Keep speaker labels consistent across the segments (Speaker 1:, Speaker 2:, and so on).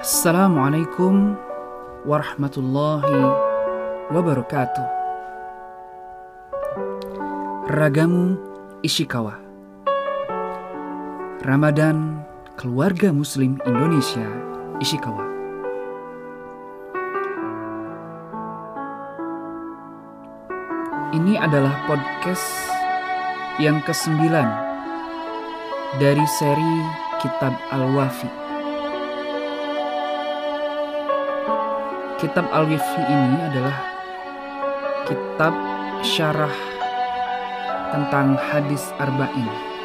Speaker 1: Assalamualaikum warahmatullahi wabarakatuh. Ragamu Ishikawa. Ramadan Keluarga Muslim Indonesia Ishikawa. Ini adalah podcast yang ke-9 dari seri Kitab Al-Wafi. Kitab Al-Wafi ini adalah kitab syarah tentang hadis arba'in.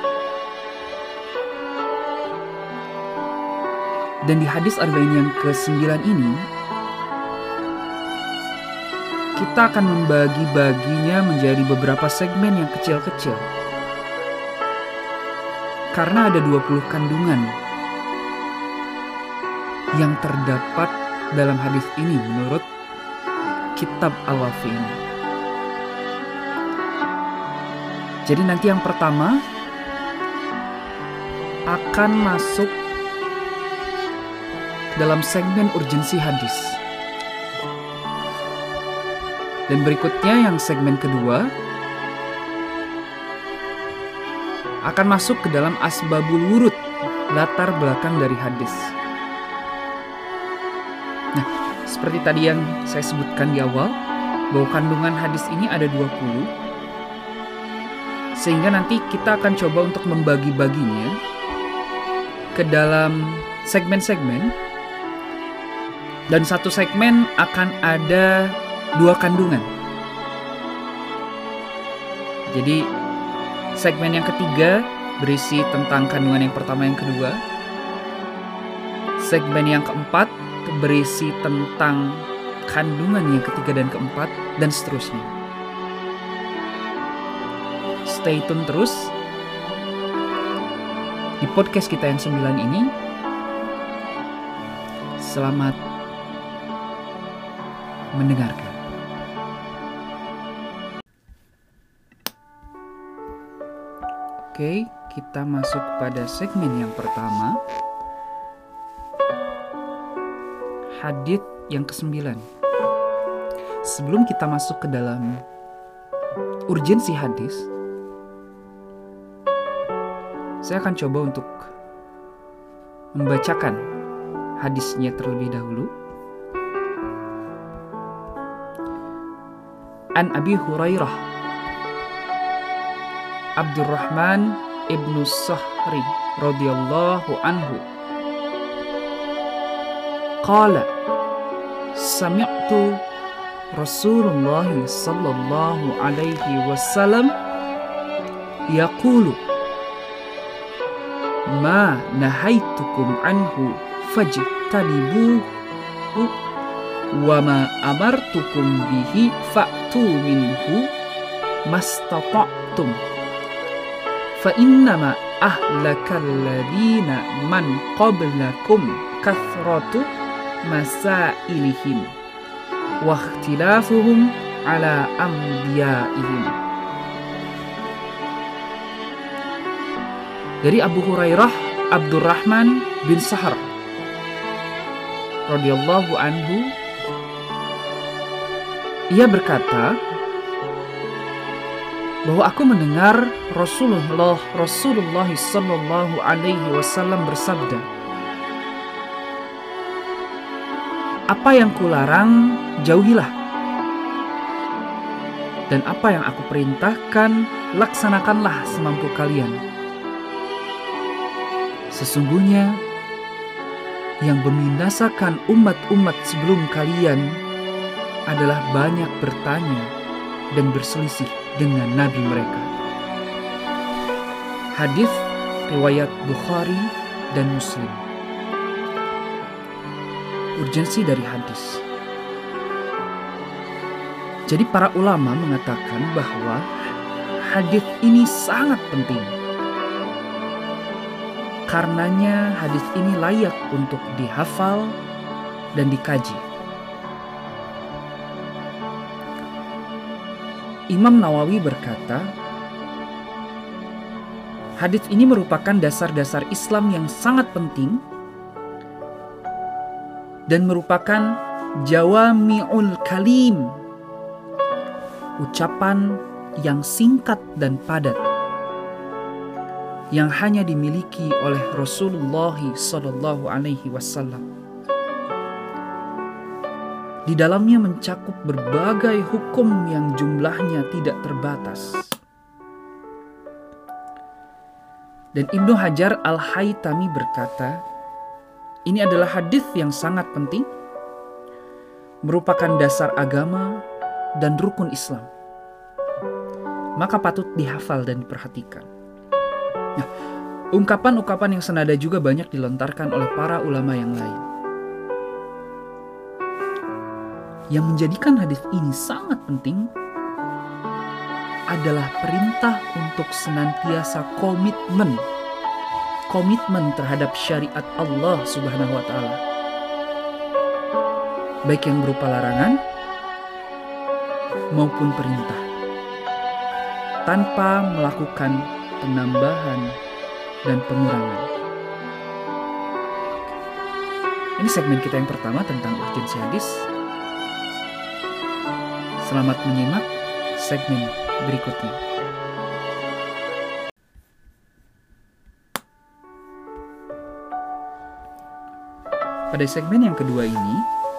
Speaker 1: Dan di hadis arba'in yang ke-9 ini, kita akan membagi-baginya menjadi beberapa segmen yang kecil-kecil. Karena ada 20 kandungan yang terdapat dalam hadis ini menurut Kitab Al-Wafi ini. Jadi nanti yang pertama akan masuk dalam segmen urgensi hadis. Dan berikutnya yang segmen kedua akan masuk ke dalam asbabul wurud, latar belakang dari hadis. Nah, seperti tadi yang saya sebutkan di awal, bahwa kandungan hadis ini ada 20, sehingga nanti kita akan coba untuk membagi-baginya ke dalam segmen-segmen, dan satu segmen akan ada 2 kandungan. Jadi segmen yang ketiga berisi tentang kandungan yang pertama yang kedua. Segmen yang keempat berisi tentang kandungan yang ketiga dan keempat, dan seterusnya. Stay tune terus di podcast kita yang 9 ini. Selamat mendengarkan. Oke, kita masuk pada segmen yang pertama. Hadits yang ke-9. Sebelum kita masuk ke dalam urgensi hadis, saya akan coba untuk membacakan hadisnya terlebih dahulu. An Abi Hurairah Abdurrahman ibnu Sahri radhiyallahu anhu qala sami'tu Rasulullah sallallahu alaihi wasallam yaqulu ma nahaitukum anhu fajtanibuhu wa ma amartukum bihi fa'tu minhu mastata'tum fa innama ahlakal ladina man qablakum kathratu masailihim wa ikhtilafuhum ala anbiya'ihim. Dari Abu Hurairah Abdurrahman bin Sahr radhiyallahu anhu, ia berkata bahwa aku mendengar Rasulullah sallallahu alaihi wasallam bersabda, apa yang kularang, jauhilah. Dan apa yang aku perintahkan, laksanakanlah semampu kalian. Sesungguhnya, yang membinasakan umat-umat sebelum kalian adalah banyak bertanya dan berselisih dengan nabi mereka. Hadis riwayat Bukhari dan Muslim. Urgensi dari hadis. Jadi para ulama mengatakan bahwa hadis ini sangat penting. Karenanya hadis ini layak untuk dihafal dan dikaji. Imam Nawawi berkata, hadis ini merupakan dasar-dasar Islam yang sangat penting dan merupakan jawami'ul kalim, ucapan yang singkat dan padat yang hanya dimiliki oleh Rasulullah Sallallahu Alaihi Wasallam. Di dalamnya mencakup berbagai hukum yang jumlahnya tidak terbatas. Dan Ibnu Hajar Al-Haytami berkata, ini adalah hadis yang sangat penting, merupakan dasar agama dan rukun Islam. Maka patut dihafal dan diperhatikan. Nah, ungkapan-ungkapan yang senada juga banyak dilontarkan oleh para ulama yang lain. Yang menjadikan hadis ini sangat penting adalah perintah untuk senantiasa komitmen terhadap syariat Allah Subhanahu wa Ta'ala, baik yang berupa larangan maupun perintah, tanpa melakukan penambahan dan pengurangan. Ini segmen kita yang pertama tentang urgensi hadis. Selamat menyimak segmen berikutnya. Pada segmen yang kedua ini,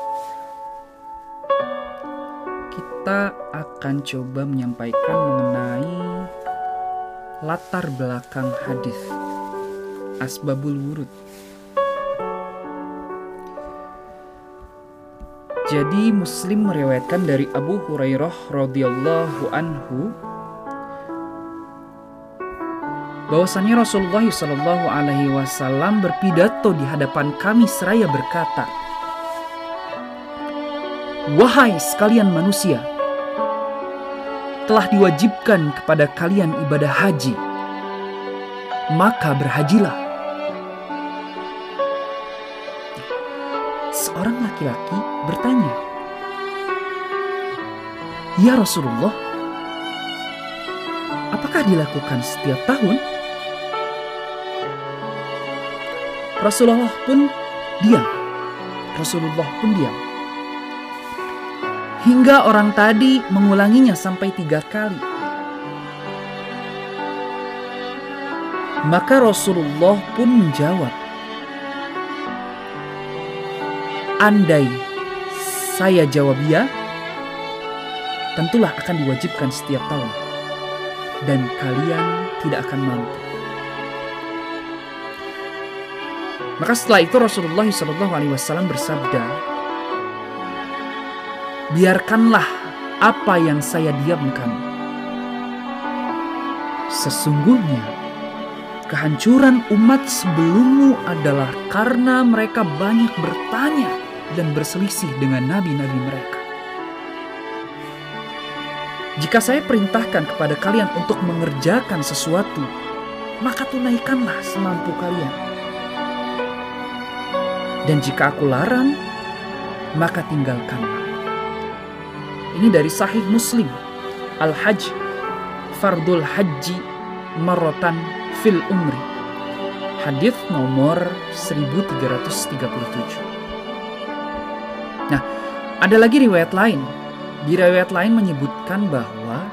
Speaker 1: kita akan coba menyampaikan mengenai latar belakang hadis, asbabul wurud. Jadi Muslim meriwayatkan dari Abu Hurairah radhiyallahu anhu bahwasanya Rasulullah sallallahu alaihi wasallam berpidato di hadapan kami seraya berkata, "Wahai sekalian manusia, telah diwajibkan kepada kalian ibadah haji, maka berhajilah." Seorang laki-laki bertanya, "Ya Rasulullah, apakah dilakukan setiap tahun?" Rasulullah pun diam. Hingga orang tadi mengulanginya sampai 3 kali. Maka Rasulullah pun menjawab, "Andai saya jawab ya, tentulah akan diwajibkan setiap tahun, dan kalian tidak akan mampu." Maka setelah itu Rasulullah SAW bersabda, "Biarkanlah apa yang saya diamkan. Sesungguhnya kehancuran umat sebelummu adalah karena mereka banyak bertanya dan berselisih dengan nabi-nabi mereka. Jika saya perintahkan kepada kalian untuk mengerjakan sesuatu, maka tunaikanlah semampu kalian. Dan jika aku larang, maka tinggalkanlah." Ini dari Sahih Muslim, Al-Hajj, Fardul Haji Marrotan fil Umri, hadis nomor 1337. Nah, ada lagi riwayat lain. Di riwayat lain menyebutkan bahwa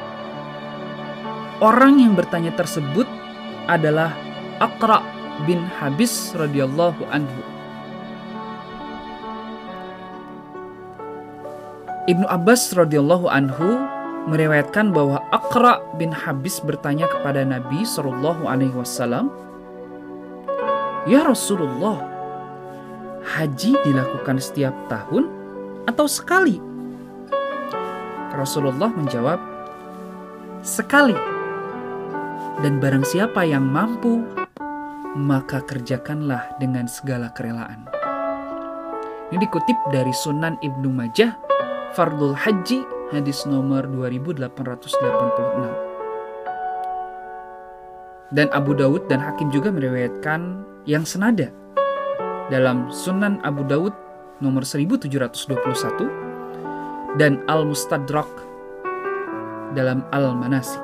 Speaker 1: orang yang bertanya tersebut adalah Aqra bin Habis radhiyallahu anhu. Ibnu Abbas radhiyallahu anhu meriwayatkan bahwa Aqra bin Habis bertanya kepada Nabi sallallahu alaihi wasallam, "Ya Rasulullah, haji dilakukan setiap tahun atau sekali?" Rasulullah menjawab, "Sekali. Dan barang siapa yang mampu, maka kerjakanlah dengan segala kerelaan." Ini dikutip dari Sunan Ibnu Majah, Fardul Haji, hadis nomor 2886. Dan Abu Dawud dan Hakim juga meriwayatkan yang senada dalam Sunan Abu Dawud nomor 1721 dan Al-Mustadrak dalam Al-Manasik.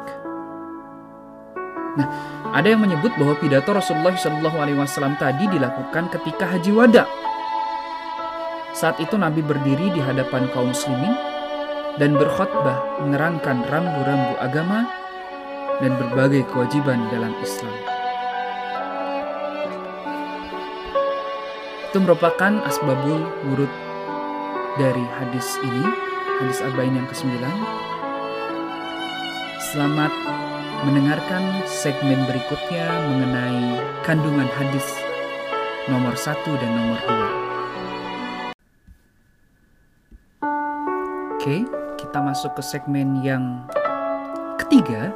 Speaker 1: Nah, ada yang menyebut bahwa pidato Rasulullah SAW tadi dilakukan ketika haji wada. Saat itu Nabi berdiri di hadapan kaum muslimin dan berkhutbah menerangkan rambu-rambu agama dan berbagai kewajiban dalam Islam. Itu merupakan asbabul wurud dari hadis ini, hadis arba'in yang ke-9. Selamat mendengarkan segmen berikutnya mengenai kandungan hadis nomor 1 dan nomor 2. Oke, kita masuk ke segmen yang ketiga.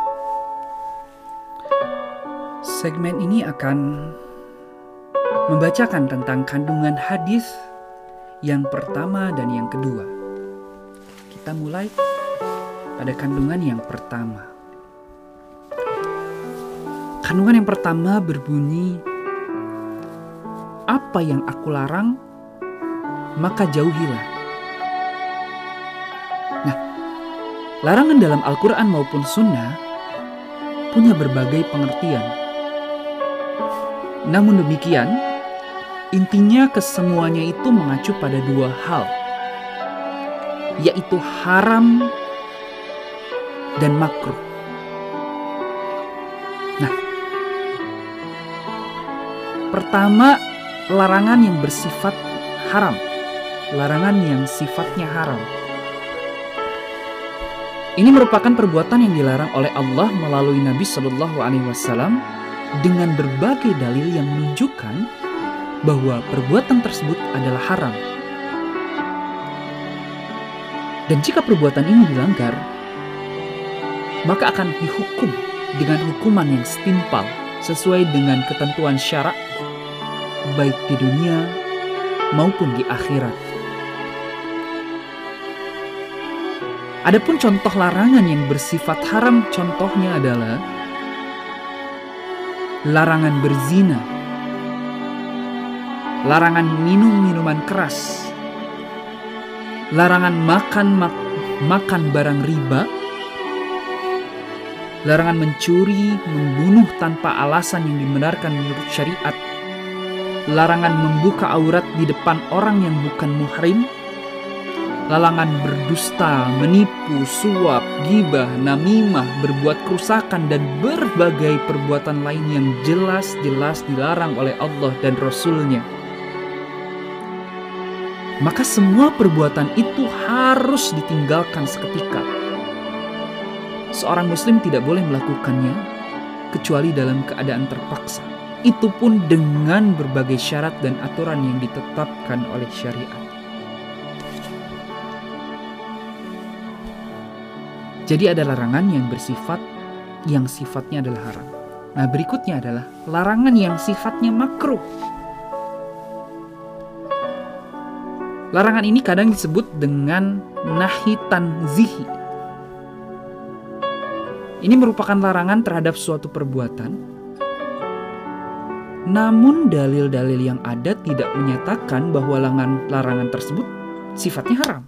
Speaker 1: Segmen ini akan membacakan tentang kandungan hadis yang pertama dan yang kedua. Kita mulai pada kandungan yang pertama. Kandungan yang pertama berbunyi, apa yang aku larang, maka jauhilah. Nah, larangan dalam Al-Quran maupun Sunnah punya berbagai pengertian. Namun demikian, intinya kesemuanya itu mengacu pada dua hal, yaitu haram dan makruh. Nah, pertama, larangan yang bersifat haram, larangan yang sifatnya haram. Ini merupakan perbuatan yang dilarang oleh Allah melalui Nabi Shallallahu Alaihi Wasallam dengan berbagai dalil yang menunjukkan bahwa perbuatan tersebut adalah haram. Dan jika perbuatan ini dilanggar, maka akan dihukum dengan hukuman yang setimpal sesuai dengan ketentuan syarak, baik di dunia maupun di akhirat. Adapun contoh larangan yang bersifat haram, contohnya adalah larangan berzina, larangan minum minuman keras, larangan makan barang riba, larangan mencuri, membunuh tanpa alasan yang dibenarkan menurut syariat, larangan membuka aurat di depan orang yang bukan muhrim, larangan berdusta, menipu, suap, ghibah, namimah, berbuat kerusakan, dan berbagai perbuatan lain yang jelas-jelas dilarang oleh Allah dan Rasul-Nya. Maka semua perbuatan itu harus ditinggalkan seketika. Seorang muslim tidak boleh melakukannya kecuali dalam keadaan terpaksa. Itu pun dengan berbagai syarat dan aturan yang ditetapkan oleh syariat. Jadi ada larangan yang sifatnya adalah haram. Nah, berikutnya adalah larangan yang sifatnya makruh. Larangan ini kadang disebut dengan nahi tanzihi. Ini merupakan larangan terhadap suatu perbuatan. Namun dalil-dalil yang ada tidak menyatakan bahwa larangan tersebut sifatnya haram.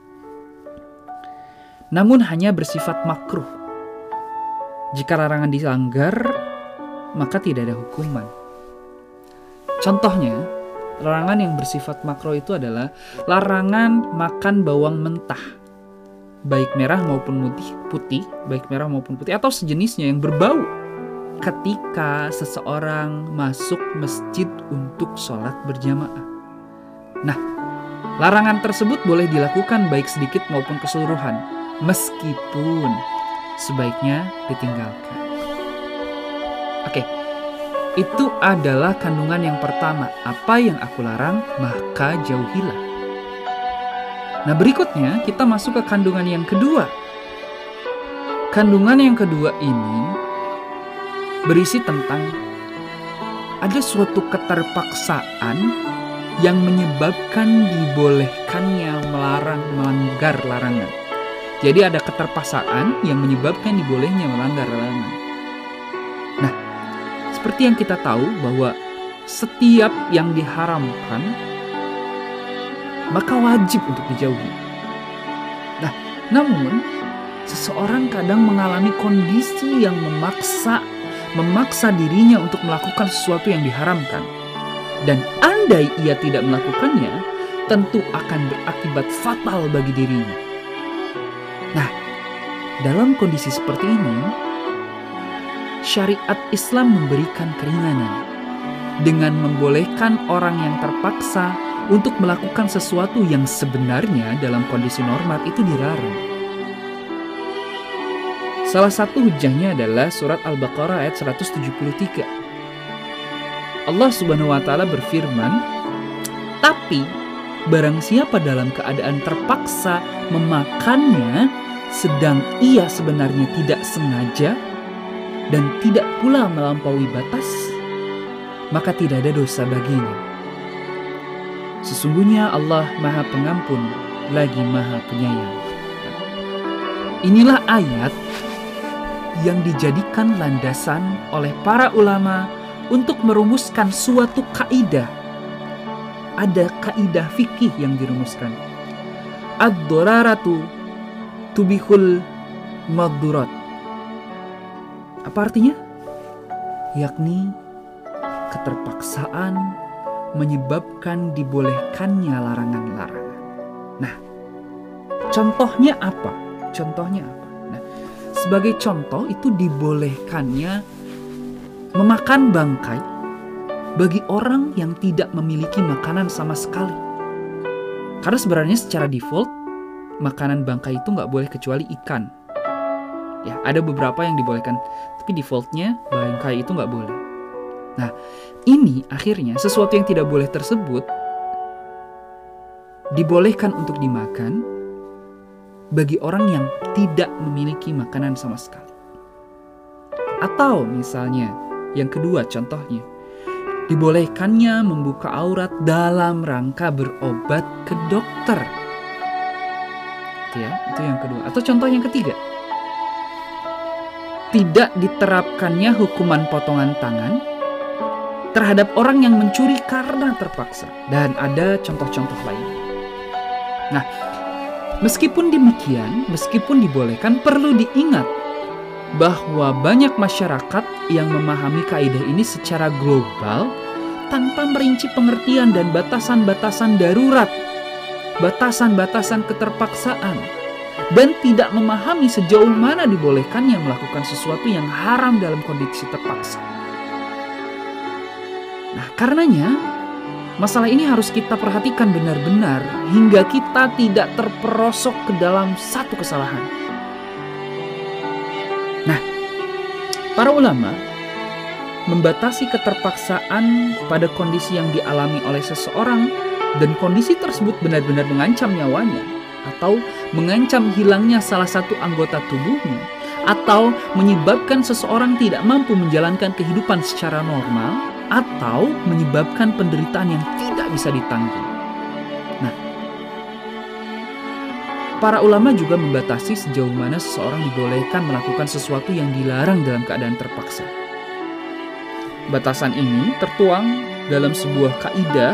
Speaker 1: Namun hanya bersifat makruh. Jika larangan dilanggar, maka tidak ada hukuman. Contohnya, larangan yang bersifat makruh itu adalah larangan makan bawang mentah, baik merah maupun putih, atau sejenisnya yang berbau ketika seseorang masuk masjid untuk sholat berjamaah. Nah, larangan tersebut boleh dilakukan baik sedikit maupun keseluruhan, meskipun sebaiknya ditinggalkan. Oke, itu adalah kandungan yang pertama. Apa yang aku larang, maka jauhilah. Nah, berikutnya kita masuk ke kandungan yang kedua. Kandungan yang kedua ini berisi tentang ada suatu keterpaksaan yang menyebabkan dibolehkannya melanggar larangan. Jadi ada keterpaksaan yang menyebabkan dibolehnya melanggar larangan. Nah, seperti yang kita tahu bahwa setiap yang diharamkan maka wajib untuk dijauhi. Nah, namun seseorang kadang mengalami kondisi yang memaksa dirinya untuk melakukan sesuatu yang diharamkan. Dan andai ia tidak melakukannya, tentu akan berakibat fatal bagi dirinya. Nah, dalam kondisi seperti ini, syariat Islam memberikan keringanan dengan membolehkan orang yang terpaksa untuk melakukan sesuatu yang sebenarnya dalam kondisi normal itu dilarang. Salah satu hujahnya adalah surat Al-Baqarah ayat 173. Allah Subhanahu wa taala berfirman, "Tapi barang siapa dalam keadaan terpaksa memakannya sedang ia sebenarnya tidak sengaja dan tidak pula melampaui batas, maka tidak ada dosa baginya. Sesungguhnya Allah Maha Pengampun lagi Maha Penyayang." Inilah ayat yang dijadikan landasan oleh para ulama untuk merumuskan suatu kaidah. Ada kaidah fikih yang dirumuskan. Ad-doraratu tubihul maddurat. Apa artinya? Yakni keterpaksaan menyebabkan dibolehkannya larangan-larangan. Nah, contohnya apa? Nah, sebagai contoh itu dibolehkannya memakan bangkai bagi orang yang tidak memiliki makanan sama sekali. Karena sebenarnya secara default makanan bangkai itu nggak boleh kecuali ikan. Ya, ada beberapa yang dibolehkan, tapi defaultnya bangkai itu nggak boleh. Nah, ini akhirnya sesuatu yang tidak boleh tersebut dibolehkan untuk dimakan bagi orang yang tidak memiliki makanan sama sekali. Atau misalnya, yang kedua contohnya, dibolehkannya membuka aurat dalam rangka berobat ke dokter. Itu yang kedua. Atau contoh yang ketiga, tidak diterapkannya hukuman potongan tangan terhadap orang yang mencuri karena terpaksa. Dan ada contoh-contoh lain. Nah, meskipun demikian, meskipun dibolehkan, perlu diingat bahwa banyak masyarakat yang memahami kaidah ini secara global tanpa merinci pengertian dan batasan-batasan darurat, batasan-batasan keterpaksaan, dan tidak memahami sejauh mana dibolehkannya melakukan sesuatu yang haram dalam kondisi terpaksa. Nah, karenanya masalah ini harus kita perhatikan benar-benar hingga kita tidak terperosok ke dalam satu kesalahan. Nah, para ulama membatasi keterpaksaan pada kondisi yang dialami oleh seseorang dan kondisi tersebut benar-benar mengancam nyawanya atau mengancam hilangnya salah satu anggota tubuhnya atau menyebabkan seseorang tidak mampu menjalankan kehidupan secara normal atau menyebabkan penderitaan yang tidak bisa ditanggung. Nah, para ulama juga membatasi sejauh mana seseorang dibolehkan melakukan sesuatu yang dilarang dalam keadaan terpaksa. Batasan ini tertuang dalam sebuah kaidah,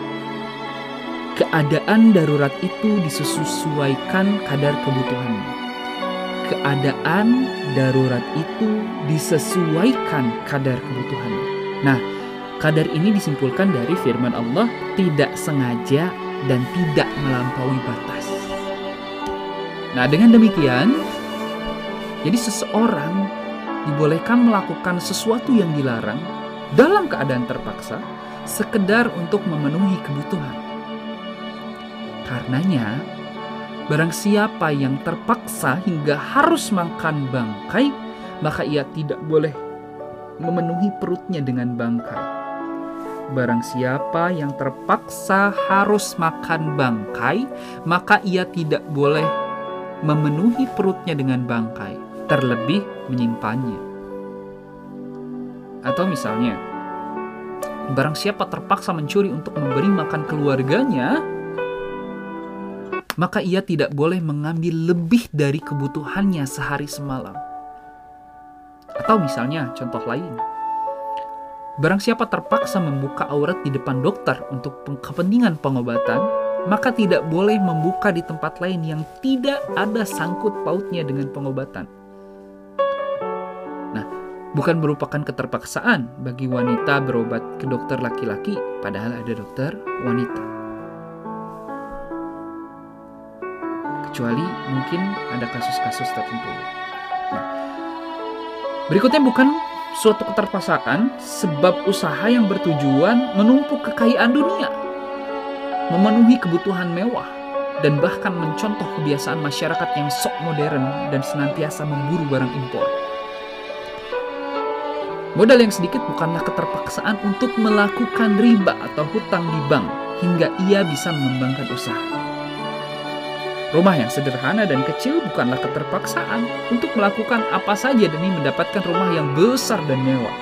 Speaker 1: keadaan darurat itu disesuaikan kadar kebutuhannya. Keadaan darurat itu disesuaikan kadar kebutuhannya. Nah, kadar ini disimpulkan dari firman Allah, tidak sengaja dan tidak melampaui batas. Nah, dengan demikian, jadi seseorang dibolehkan melakukan sesuatu yang dilarang dalam keadaan terpaksa, sekedar untuk memenuhi kebutuhan. Karenanya, barang siapa yang terpaksa hingga harus makan bangkai, maka ia tidak boleh memenuhi perutnya dengan bangkai. Barang siapa yang terpaksa harus makan bangkai, maka ia tidak boleh memenuhi perutnya dengan bangkai, terlebih menyimpannya. Atau misalnya, barang siapa terpaksa mencuri untuk memberi makan keluarganya, maka ia tidak boleh mengambil lebih dari kebutuhannya sehari semalam. Atau misalnya, contoh lain, barang siapa terpaksa membuka aurat di depan dokter untuk kepentingan pengobatan, maka tidak boleh membuka di tempat lain yang tidak ada sangkut pautnya dengan pengobatan. Nah, bukan merupakan keterpaksaan bagi wanita berobat ke dokter laki-laki, padahal ada dokter wanita. kecuali mungkin ada kasus-kasus tertentu. Nah, berikutnya bukan suatu keterpaksaan, sebab usaha yang bertujuan menumpuk kekayaan dunia, memenuhi kebutuhan mewah, dan bahkan mencontoh kebiasaan masyarakat yang sok modern dan senantiasa memburu barang impor. Modal yang sedikit bukanlah keterpaksaan untuk melakukan riba atau hutang di bank hingga ia bisa mengembangkan usaha. Rumah yang sederhana dan kecil bukanlah keterpaksaan untuk melakukan apa saja demi mendapatkan rumah yang besar dan mewah.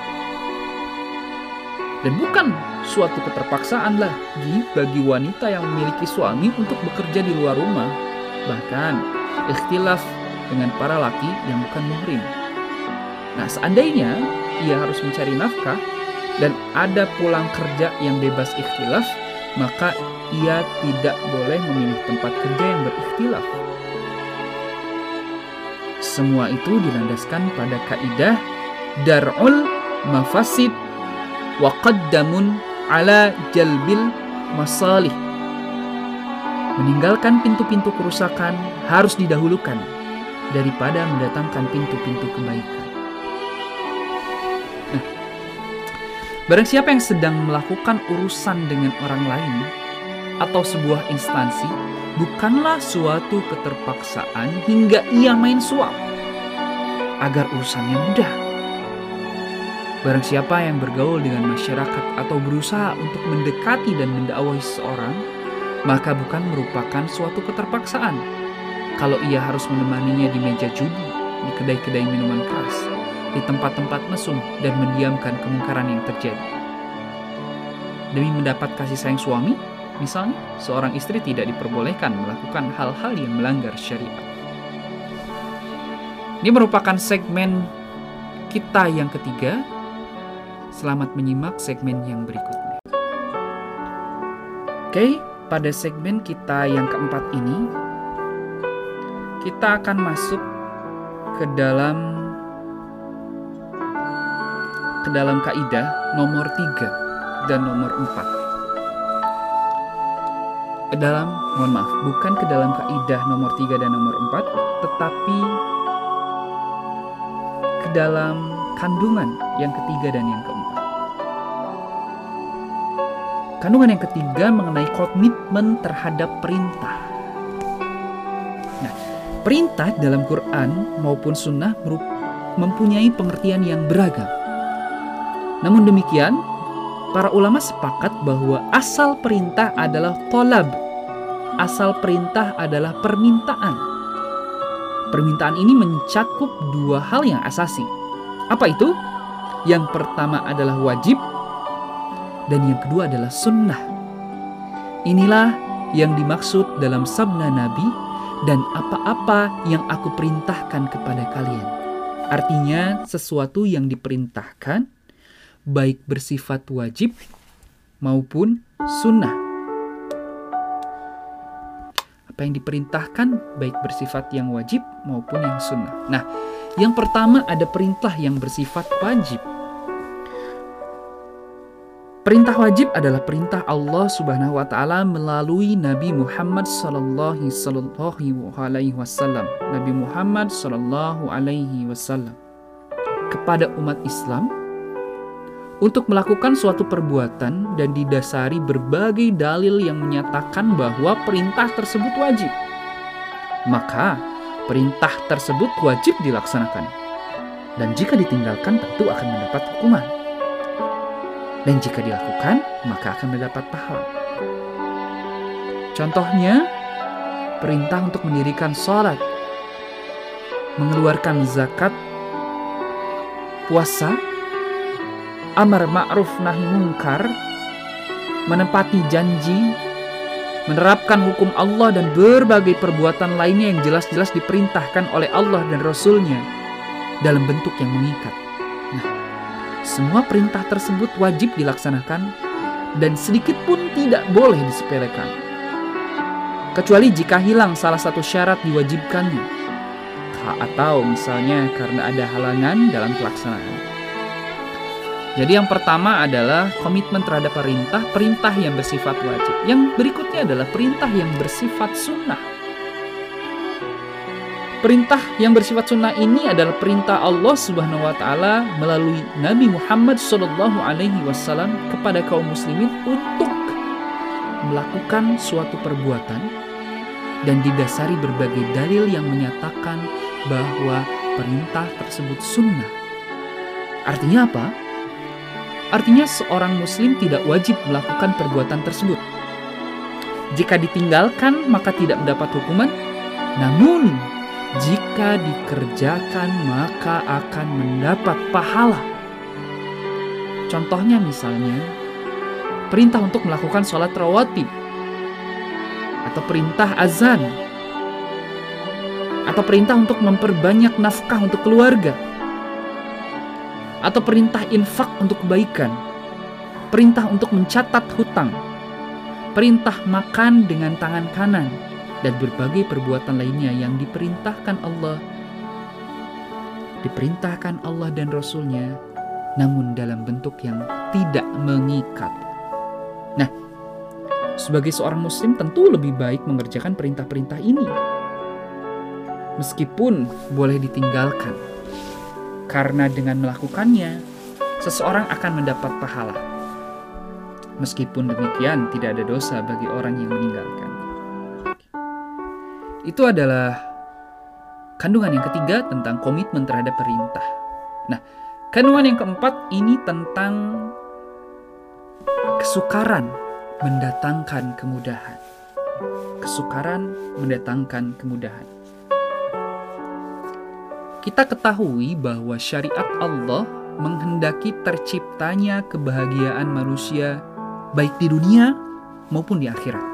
Speaker 1: Dan bukan suatu keterpaksaan lagi bagi wanita yang memiliki suami untuk bekerja di luar rumah, bahkan ikhtilaf dengan para laki yang bukan muhrim. Nah, seandainya ia harus mencari nafkah dan ada pulang kerja yang bebas ikhtilaf, maka ia tidak boleh memilih tempat kerja yang berikhtilaf. Semua itu dilandaskan pada kaidah dar'ul mafasid wa qaddamun ala jalbil masalih. Meninggalkan pintu-pintu kerusakan harus didahulukan daripada mendatangkan pintu-pintu kebaikan. Barang siapa yang sedang melakukan urusan dengan orang lain atau sebuah instansi, bukanlah suatu keterpaksaan hingga ia main suap agar urusannya mudah. Barang siapa yang bergaul dengan masyarakat atau berusaha untuk mendekati dan mendakwahi seseorang, maka bukan merupakan suatu keterpaksaan kalau ia harus menemaninya di meja judi, di kedai-kedai minuman keras, di tempat-tempat mesum, dan mendiamkan kemungkaran yang terjadi. Demi mendapat kasih sayang suami, misalnya, seorang istri tidak diperbolehkan melakukan hal-hal yang melanggar syariat. Ini merupakan segmen kita yang ketiga. Selamat menyimak segmen yang berikutnya. Oke, pada segmen kita yang keempat ini, kita akan masuk ke dalam kaidah nomor 3 dan nomor 4. Bukan ke dalam kaidah nomor 3 dan nomor 4, tetapi ke dalam kandungan yang ketiga dan yang keempat. Kandungan yang ketiga mengenai komitmen terhadap perintah. Nah, perintah dalam Quran maupun sunnah mempunyai pengertian yang beragam. Namun demikian, para ulama sepakat bahwa asal perintah adalah tolab. Asal perintah adalah permintaan. Permintaan ini mencakup dua hal yang asasi. Apa itu? Yang pertama adalah wajib, dan yang kedua adalah sunnah. Inilah yang dimaksud dalam sabda Nabi, dan apa-apa yang aku perintahkan kepada kalian. Artinya sesuatu yang diperintahkan baik bersifat wajib maupun sunnah. Apa yang diperintahkan baik bersifat yang wajib maupun yang sunnah. Nah, yang pertama ada perintah yang bersifat wajib. Perintah wajib adalah perintah Allah Subhanahu wa taala melalui Nabi Muhammad sallallahu alaihi wasallam. Nabi Muhammad sallallahu alaihi wasallam kepada umat Islam untuk melakukan suatu perbuatan dan didasari berbagai dalil yang menyatakan bahwa perintah tersebut wajib. Maka perintah tersebut wajib dilaksanakan. Dan jika ditinggalkan tentu akan mendapat hukuman. Dan jika dilakukan maka akan mendapat pahala. Contohnya, perintah untuk mendirikan sholat, mengeluarkan zakat, puasa, amar ma'ruf nahi mungkar, menepati janji, menerapkan hukum Allah, dan berbagai perbuatan lainnya yang jelas-jelas diperintahkan oleh Allah dan Rasul-Nya dalam bentuk yang mengikat. Nah, semua perintah tersebut wajib dilaksanakan dan sedikit pun tidak boleh disepelekan. Kecuali jika hilang salah satu syarat diwajibkannya, atau misalnya karena ada halangan dalam pelaksanaan. Jadi yang pertama adalah komitmen terhadap perintah yang bersifat wajib. Yang berikutnya adalah perintah yang bersifat sunnah. Perintah yang bersifat sunnah ini adalah perintah Allah Subhanahu wa taala melalui Nabi Muhammad sallallahu alaihi wasallam kepada kaum muslimin untuk melakukan suatu perbuatan dan didasari berbagai dalil yang menyatakan bahwa perintah tersebut sunnah. Artinya apa? Artinya seorang muslim tidak wajib melakukan perbuatan tersebut. Jika ditinggalkan maka tidak mendapat hukuman, namun jika dikerjakan maka akan mendapat pahala. Contohnya misalnya, perintah untuk melakukan sholat rawatib, atau perintah azan, atau perintah untuk memperbanyak nafkah untuk keluarga, atau perintah infak untuk kebaikan, perintah untuk mencatat hutang, perintah makan dengan tangan kanan, dan berbagai perbuatan lainnya yang diperintahkan Allah dan Rasul-Nya, namun dalam bentuk yang tidak mengikat. Nah, sebagai seorang muslim tentu lebih baik mengerjakan perintah-perintah ini, meskipun boleh ditinggalkan, karena dengan melakukannya seseorang akan mendapat pahala. Meskipun demikian, tidak ada dosa bagi orang yang meninggalkan. Itu adalah kandungan yang ketiga tentang komitmen terhadap perintah. Nah, kandungan yang keempat ini tentang kesukaran mendatangkan kemudahan. Kesukaran mendatangkan kemudahan. Kita ketahui bahwa syariat Allah menghendaki terciptanya kebahagiaan manusia baik di dunia maupun di akhirat.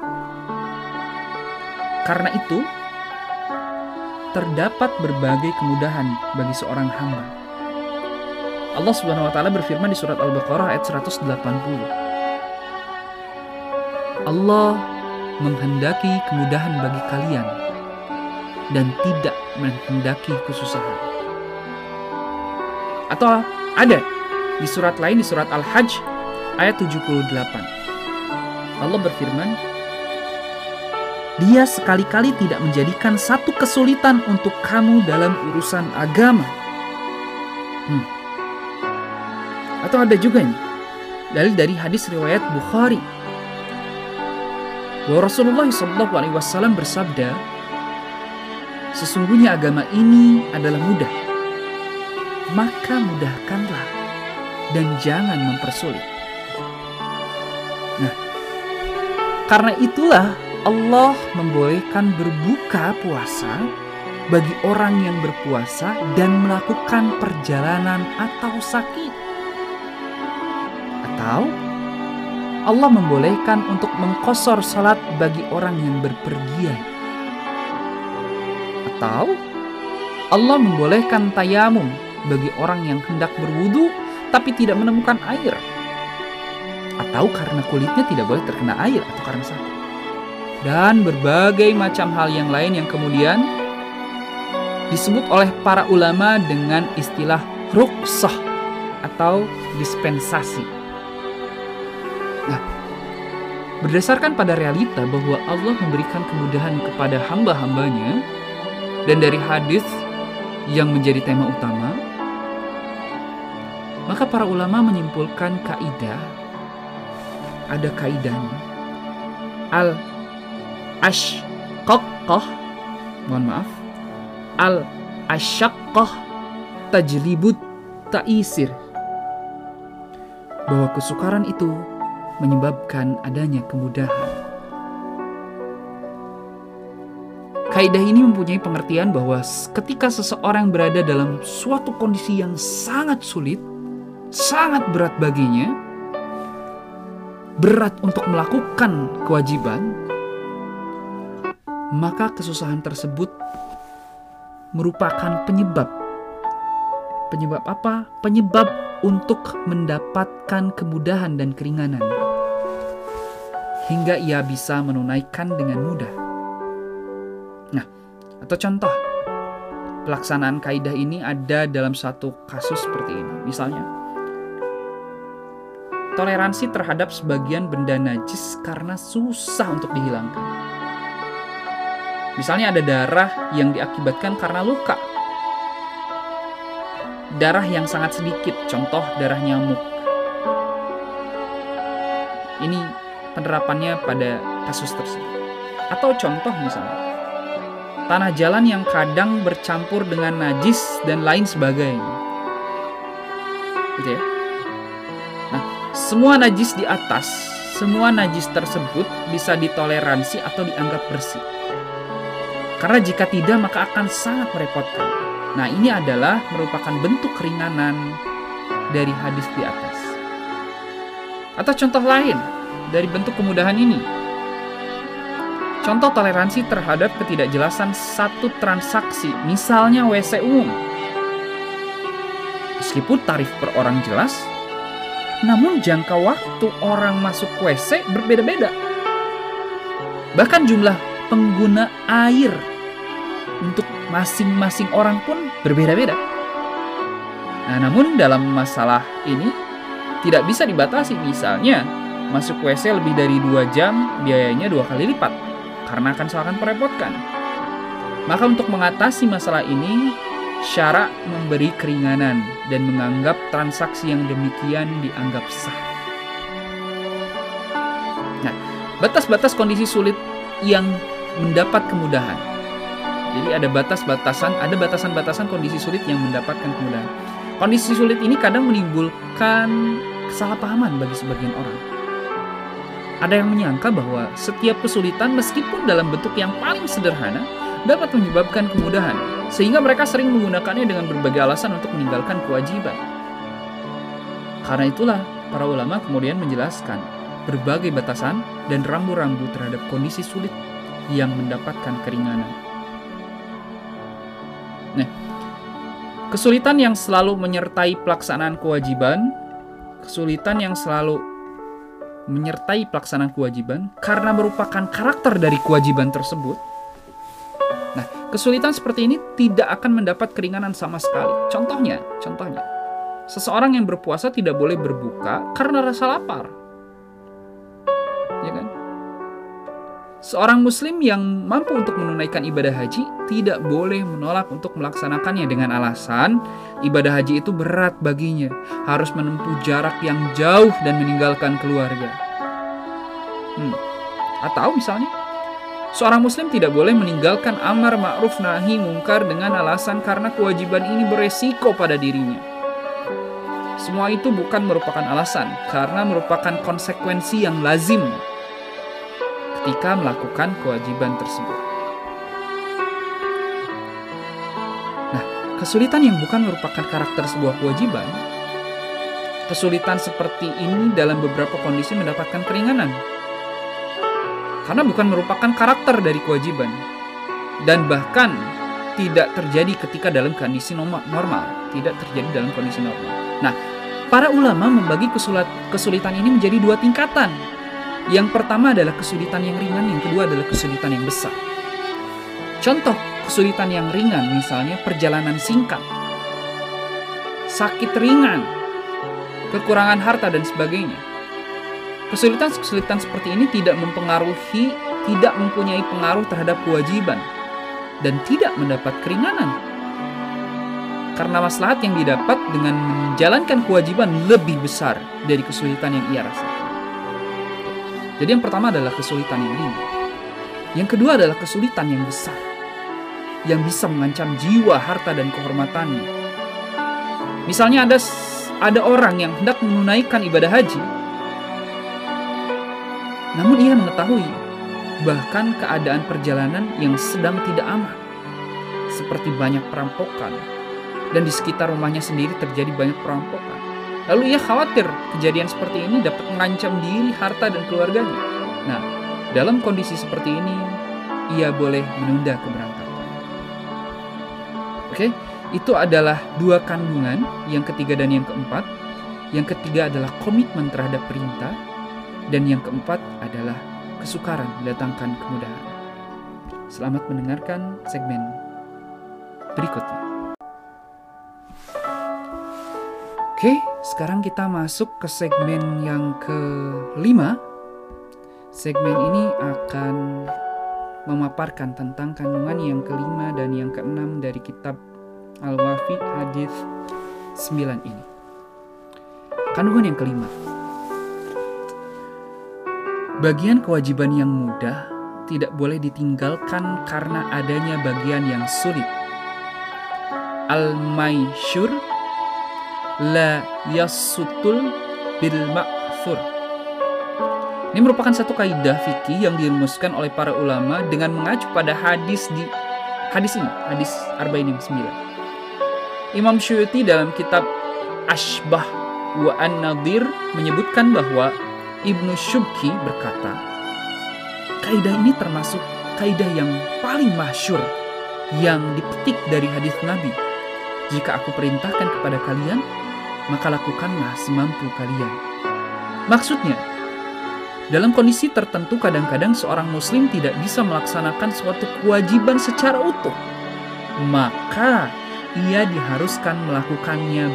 Speaker 1: Karena itu, terdapat berbagai kemudahan bagi seorang hamba. Allah Subhanahu wa taala berfirman di surat Al-Baqarah ayat 180. Allah menghendaki kemudahan bagi kalian dan tidak menghendaki kesusahan. Atau ada di surat lain, di surat Al-Hajj ayat 78. Allah berfirman, Dia sekali-kali tidak menjadikan satu kesulitan untuk kamu dalam urusan agama. Atau ada juga nih, dari hadis riwayat Bukhari, bahwa Rasulullah SAW bersabda, sesungguhnya agama ini adalah mudah, maka mudahkanlah dan jangan mempersulit. Nah, karena itulah Allah membolehkan berbuka puasa bagi orang yang berpuasa dan melakukan perjalanan atau sakit. Atau Allah membolehkan untuk mengqashar salat bagi orang yang berpergian. Atau Allah membolehkan tayamum bagi orang yang hendak berwudu tapi tidak menemukan air. Atau karena kulitnya tidak boleh terkena air atau karena sakit. Dan berbagai macam hal yang lain yang kemudian disebut oleh para ulama dengan istilah rukhsah atau dispensasi. Nah, berdasarkan pada realita bahwa Allah memberikan kemudahan kepada hamba-hambanya, dan dari hadis yang menjadi tema utama, maka para ulama menyimpulkan kaidah, ada kaidahnya, al-asyaqqah tajlibut ta'isir, bahwa kesukaran itu menyebabkan adanya kemudahan. Kaidah ini mempunyai pengertian bahwa ketika seseorang berada dalam suatu kondisi yang sangat sulit, sangat berat baginya, berat untuk melakukan kewajiban, maka kesusahan tersebut merupakan penyebab. Penyebab apa? Penyebab untuk mendapatkan kemudahan dan keringanan, hingga ia bisa menunaikan dengan mudah. Nah, atau contoh pelaksanaan kaidah ini ada dalam satu kasus seperti ini. Misalnya, toleransi terhadap sebagian benda najis karena susah untuk dihilangkan. Misalnya ada darah yang diakibatkan karena luka. Darah yang sangat sedikit, contoh darah nyamuk. Ini penerapannya pada kasus tersebut. Atau contoh misalnya, tanah jalan yang kadang bercampur dengan najis dan lain sebagainya. Gitu ya. Nah, semua najis di atas, semua najis tersebut bisa ditoleransi atau dianggap bersih. Karena jika tidak maka akan sangat merepotkan. Nah, ini adalah merupakan bentuk keringanan dari hadis di atas. Atau contoh lain dari bentuk kemudahan ini. Contoh toleransi terhadap ketidakjelasan satu transaksi, misalnya WC umum. Meskipun tarif per orang jelas, namun jangka waktu orang masuk WC berbeda-beda. Bahkan jumlah pengguna air untuk masing-masing orang pun berbeda-beda. Nah, namun dalam masalah ini tidak bisa dibatasi. Misalnya, masuk WC lebih dari 2 jam, biayanya 2 kali lipat, karena akan sangat merepotkan. Maka untuk mengatasi masalah ini, syara memberi keringanan dan menganggap transaksi yang demikian dianggap sah. Nah, batas-batas kondisi sulit yang mendapat kemudahan. Jadi ada batasan-batasan kondisi sulit yang mendapatkan kemudahan. Kondisi sulit ini kadang menimbulkan kesalahpahaman bagi sebagian orang. Ada yang menyangka bahwa setiap kesulitan meskipun dalam bentuk yang paling sederhana dapat menyebabkan kemudahan, sehingga mereka sering menggunakannya dengan berbagai alasan untuk meninggalkan kewajiban. Karena itulah para ulama kemudian menjelaskan berbagai batasan dan rambu-rambu terhadap kondisi sulit yang mendapatkan keringanan. Nah, kesulitan yang selalu menyertai pelaksanaan kewajiban, karena merupakan karakter dari kewajiban tersebut. Nah, kesulitan seperti ini tidak akan mendapat keringanan sama sekali. Contohnya, seseorang yang berpuasa tidak boleh berbuka karena rasa lapar. Ya kan? Seorang muslim yang mampu untuk menunaikan ibadah haji tidak boleh menolak untuk melaksanakannya dengan alasan ibadah haji itu berat baginya, harus menempuh jarak yang jauh dan meninggalkan keluarga. Atau misalnya, seorang muslim tidak boleh meninggalkan amar ma'ruf nahi mungkar dengan alasan karena kewajiban ini beresiko pada dirinya. Semua itu bukan merupakan alasan, karena merupakan konsekuensi yang lazim ketika melakukan kewajiban tersebut. Nah, kesulitan yang bukan merupakan karakter sebuah kewajiban, kesulitan seperti ini dalam beberapa kondisi mendapatkan keringanan. Karena bukan merupakan karakter dari kewajiban. Dan bahkan tidak terjadi ketika dalam kondisi normal. Tidak terjadi dalam kondisi normal. Nah, para ulama membagi kesulitan ini menjadi 2 tingkatan. Yang pertama adalah kesulitan yang ringan, yang kedua adalah kesulitan yang besar. Contoh kesulitan yang ringan, misalnya perjalanan singkat, sakit ringan, kekurangan harta, dan sebagainya. Kesulitan-kesulitan seperti ini tidak mempunyai pengaruh terhadap kewajiban dan tidak mendapat keringanan. Karena maslahat yang didapat dengan menjalankan kewajiban lebih besar dari kesulitan yang ia rasakan. Jadi yang pertama adalah kesulitan yang ringan. Yang kedua adalah kesulitan yang besar, yang bisa mengancam jiwa, harta, dan kehormatannya. Misalnya ada orang yang hendak menunaikan ibadah haji, namun ia mengetahui bahkan keadaan perjalanan yang sedang tidak aman, seperti banyak perampokan, dan di sekitar rumahnya sendiri terjadi banyak perampokan. Lalu ia khawatir kejadian seperti ini dapat mengancam diri, harta, dan keluarganya. Nah, dalam kondisi seperti ini, ia boleh menunda keberangkatan. Oke, itu adalah 2 kandungan, yang ketiga dan yang keempat. Yang ketiga adalah komitmen terhadap perintah, dan yang keempat adalah kesukaran mendatangkan kemudahan. Selamat mendengarkan segmen berikutnya. Oke, sekarang kita masuk ke segmen yang ke-5. Segmen ini akan memaparkan tentang kandungan yang kelima dan yang keenam dari kitab Al-Wafi hadis 9 ini. Kandungan yang kelima. Bagian kewajiban yang mudah tidak boleh ditinggalkan karena adanya bagian yang sulit. Al-Maishur la yasutul bil ma'thur. Ini merupakan satu kaidah fikih yang dirumuskan oleh para ulama dengan mengacu pada hadis ini, hadis Arba'in yang 9. Imam Syuuti dalam kitab Ashbah wa An-Nadir menyebutkan bahwa Ibnu Syubki berkata, kaidah ini termasuk kaidah yang paling masyhur yang dipetik dari hadis Nabi. Jika aku perintahkan kepada kalian, maka lakukanlah semampu kalian. Maksudnya, dalam kondisi tertentu kadang-kadang seorang muslim tidak bisa melaksanakan suatu kewajiban secara utuh. Maka ia diharuskan melakukan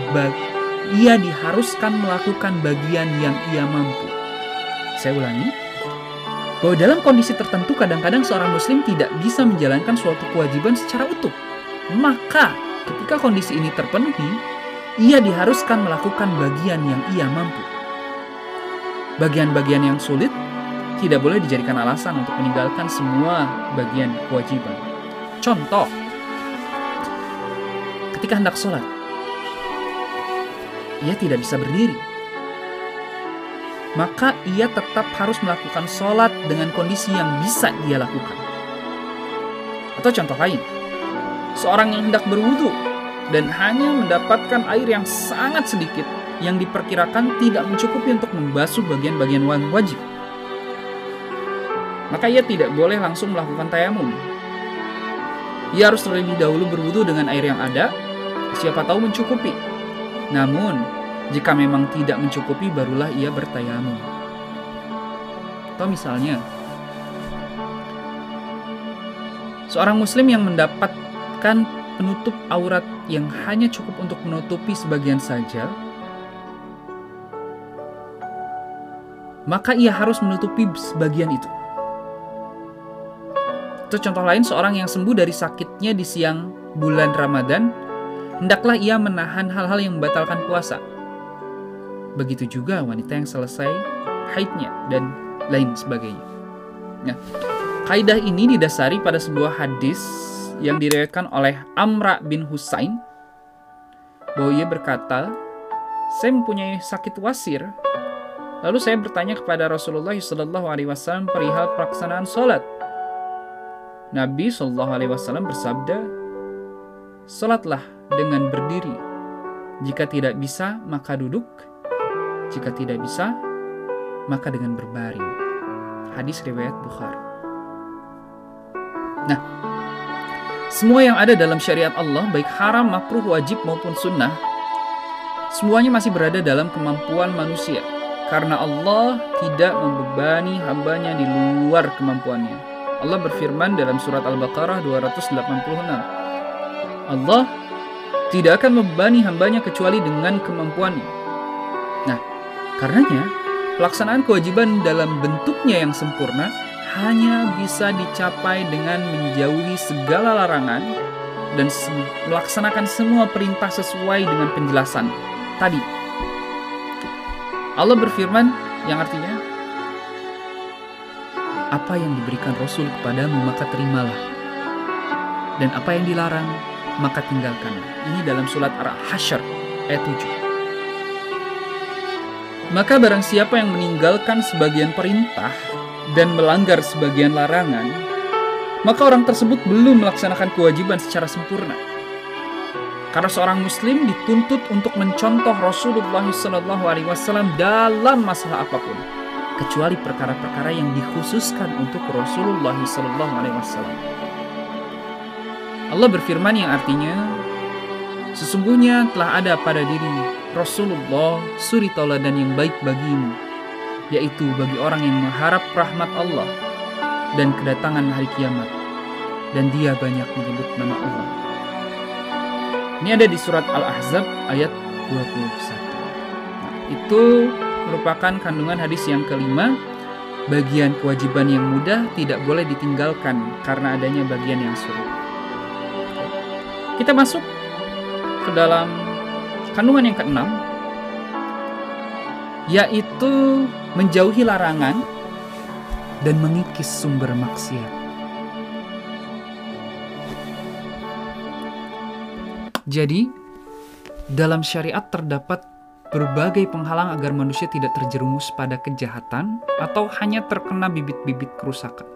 Speaker 1: bagian yang ia mampu. Saya ulangi, bahwa dalam kondisi tertentu kadang-kadang seorang muslim tidak bisa menjalankan suatu kewajiban secara utuh. Maka ketika kondisi ini terpenuhi, ia diharuskan melakukan bagian yang ia mampu. Bagian-bagian yang sulit tidak boleh dijadikan alasan untuk meninggalkan semua bagian kewajiban. Contoh, ketika hendak sholat, ia tidak bisa berdiri. Maka ia tetap harus melakukan sholat dengan kondisi yang bisa dia lakukan. Atau contoh lain, seorang yang hendak berwudu dan hanya mendapatkan air yang sangat sedikit yang diperkirakan tidak mencukupi untuk membasuh bagian-bagian wajib, maka ia tidak boleh langsung melakukan tayamum. Ia harus terlebih dahulu berwudu dengan air yang ada, siapa tahu mencukupi. Namun, jika memang tidak mencukupi, barulah ia bertayamum. Atau misalnya, seorang muslim yang mendapatkan penutup aurat yang hanya cukup untuk menutupi sebagian saja, maka ia harus menutupi sebagian itu. Atau contoh lain, seorang yang sembuh dari sakitnya di siang bulan Ramadan, hendaklah ia menahan hal-hal yang membatalkan puasa. Begitu juga wanita yang selesai haidnya dan lain sebagainya. Nah, kaidah ini didasari pada sebuah hadis yang diriwayatkan oleh Amra bin Husain, bahwa ia berkata, saya mempunyai sakit wasir. Lalu saya bertanya kepada Rasulullah SAW perihal pelaksanaan sholat. Nabi SAW bersabda, sholatlah dengan berdiri. Jika tidak bisa, maka duduk. Jika tidak bisa, maka dengan berbaring. Hadis riwayat Bukhari. Nah, semua yang ada dalam syariat Allah, baik haram, makruh, wajib maupun sunnah, semuanya masih berada dalam kemampuan manusia. Karena Allah tidak membebani hambanya di luar kemampuannya. Allah berfirman dalam surat Al-Baqarah 286. Allah tidak akan membebani hambanya kecuali dengan kemampuannya. Nah, karenanya pelaksanaan kewajiban dalam bentuknya yang sempurna hanya bisa dicapai dengan menjauhi segala larangan dan melaksanakan semua perintah sesuai dengan penjelasan tadi. Allah berfirman yang artinya, apa yang diberikan Rasul kepadamu maka terimalah, dan apa yang dilarang maka tinggalkanlah. Ini dalam surat Al-Hasyr ayat 7. Maka barang siapa yang meninggalkan sebagian perintah dan melanggar sebagian larangan, maka orang tersebut belum melaksanakan kewajiban secara sempurna. Karena seorang muslim dituntut untuk mencontoh Rasulullah SAW dalam masalah apapun, kecuali perkara-perkara yang dikhususkan untuk Rasulullah SAW. Allah berfirman yang artinya, sesungguhnya telah ada pada diri Rasulullah suri tauladan yang baik bagimu, yaitu bagi orang yang mengharap rahmat Allah dan kedatangan hari kiamat, dan dia banyak menyebut nama Allah. Ini ada di surat Al-Ahzab ayat 21. Nah, itu merupakan kandungan hadis yang kelima bagian kewajiban yang mudah tidak boleh ditinggalkan karena adanya bagian yang sulit. Kita masuk ke dalam kandungan yang keenam, yaitu menjauhi larangan dan mengikis sumber maksiat. Jadi, dalam syariat terdapat berbagai penghalang agar manusia tidak terjerumus pada kejahatan atau hanya terkena bibit-bibit kerusakan.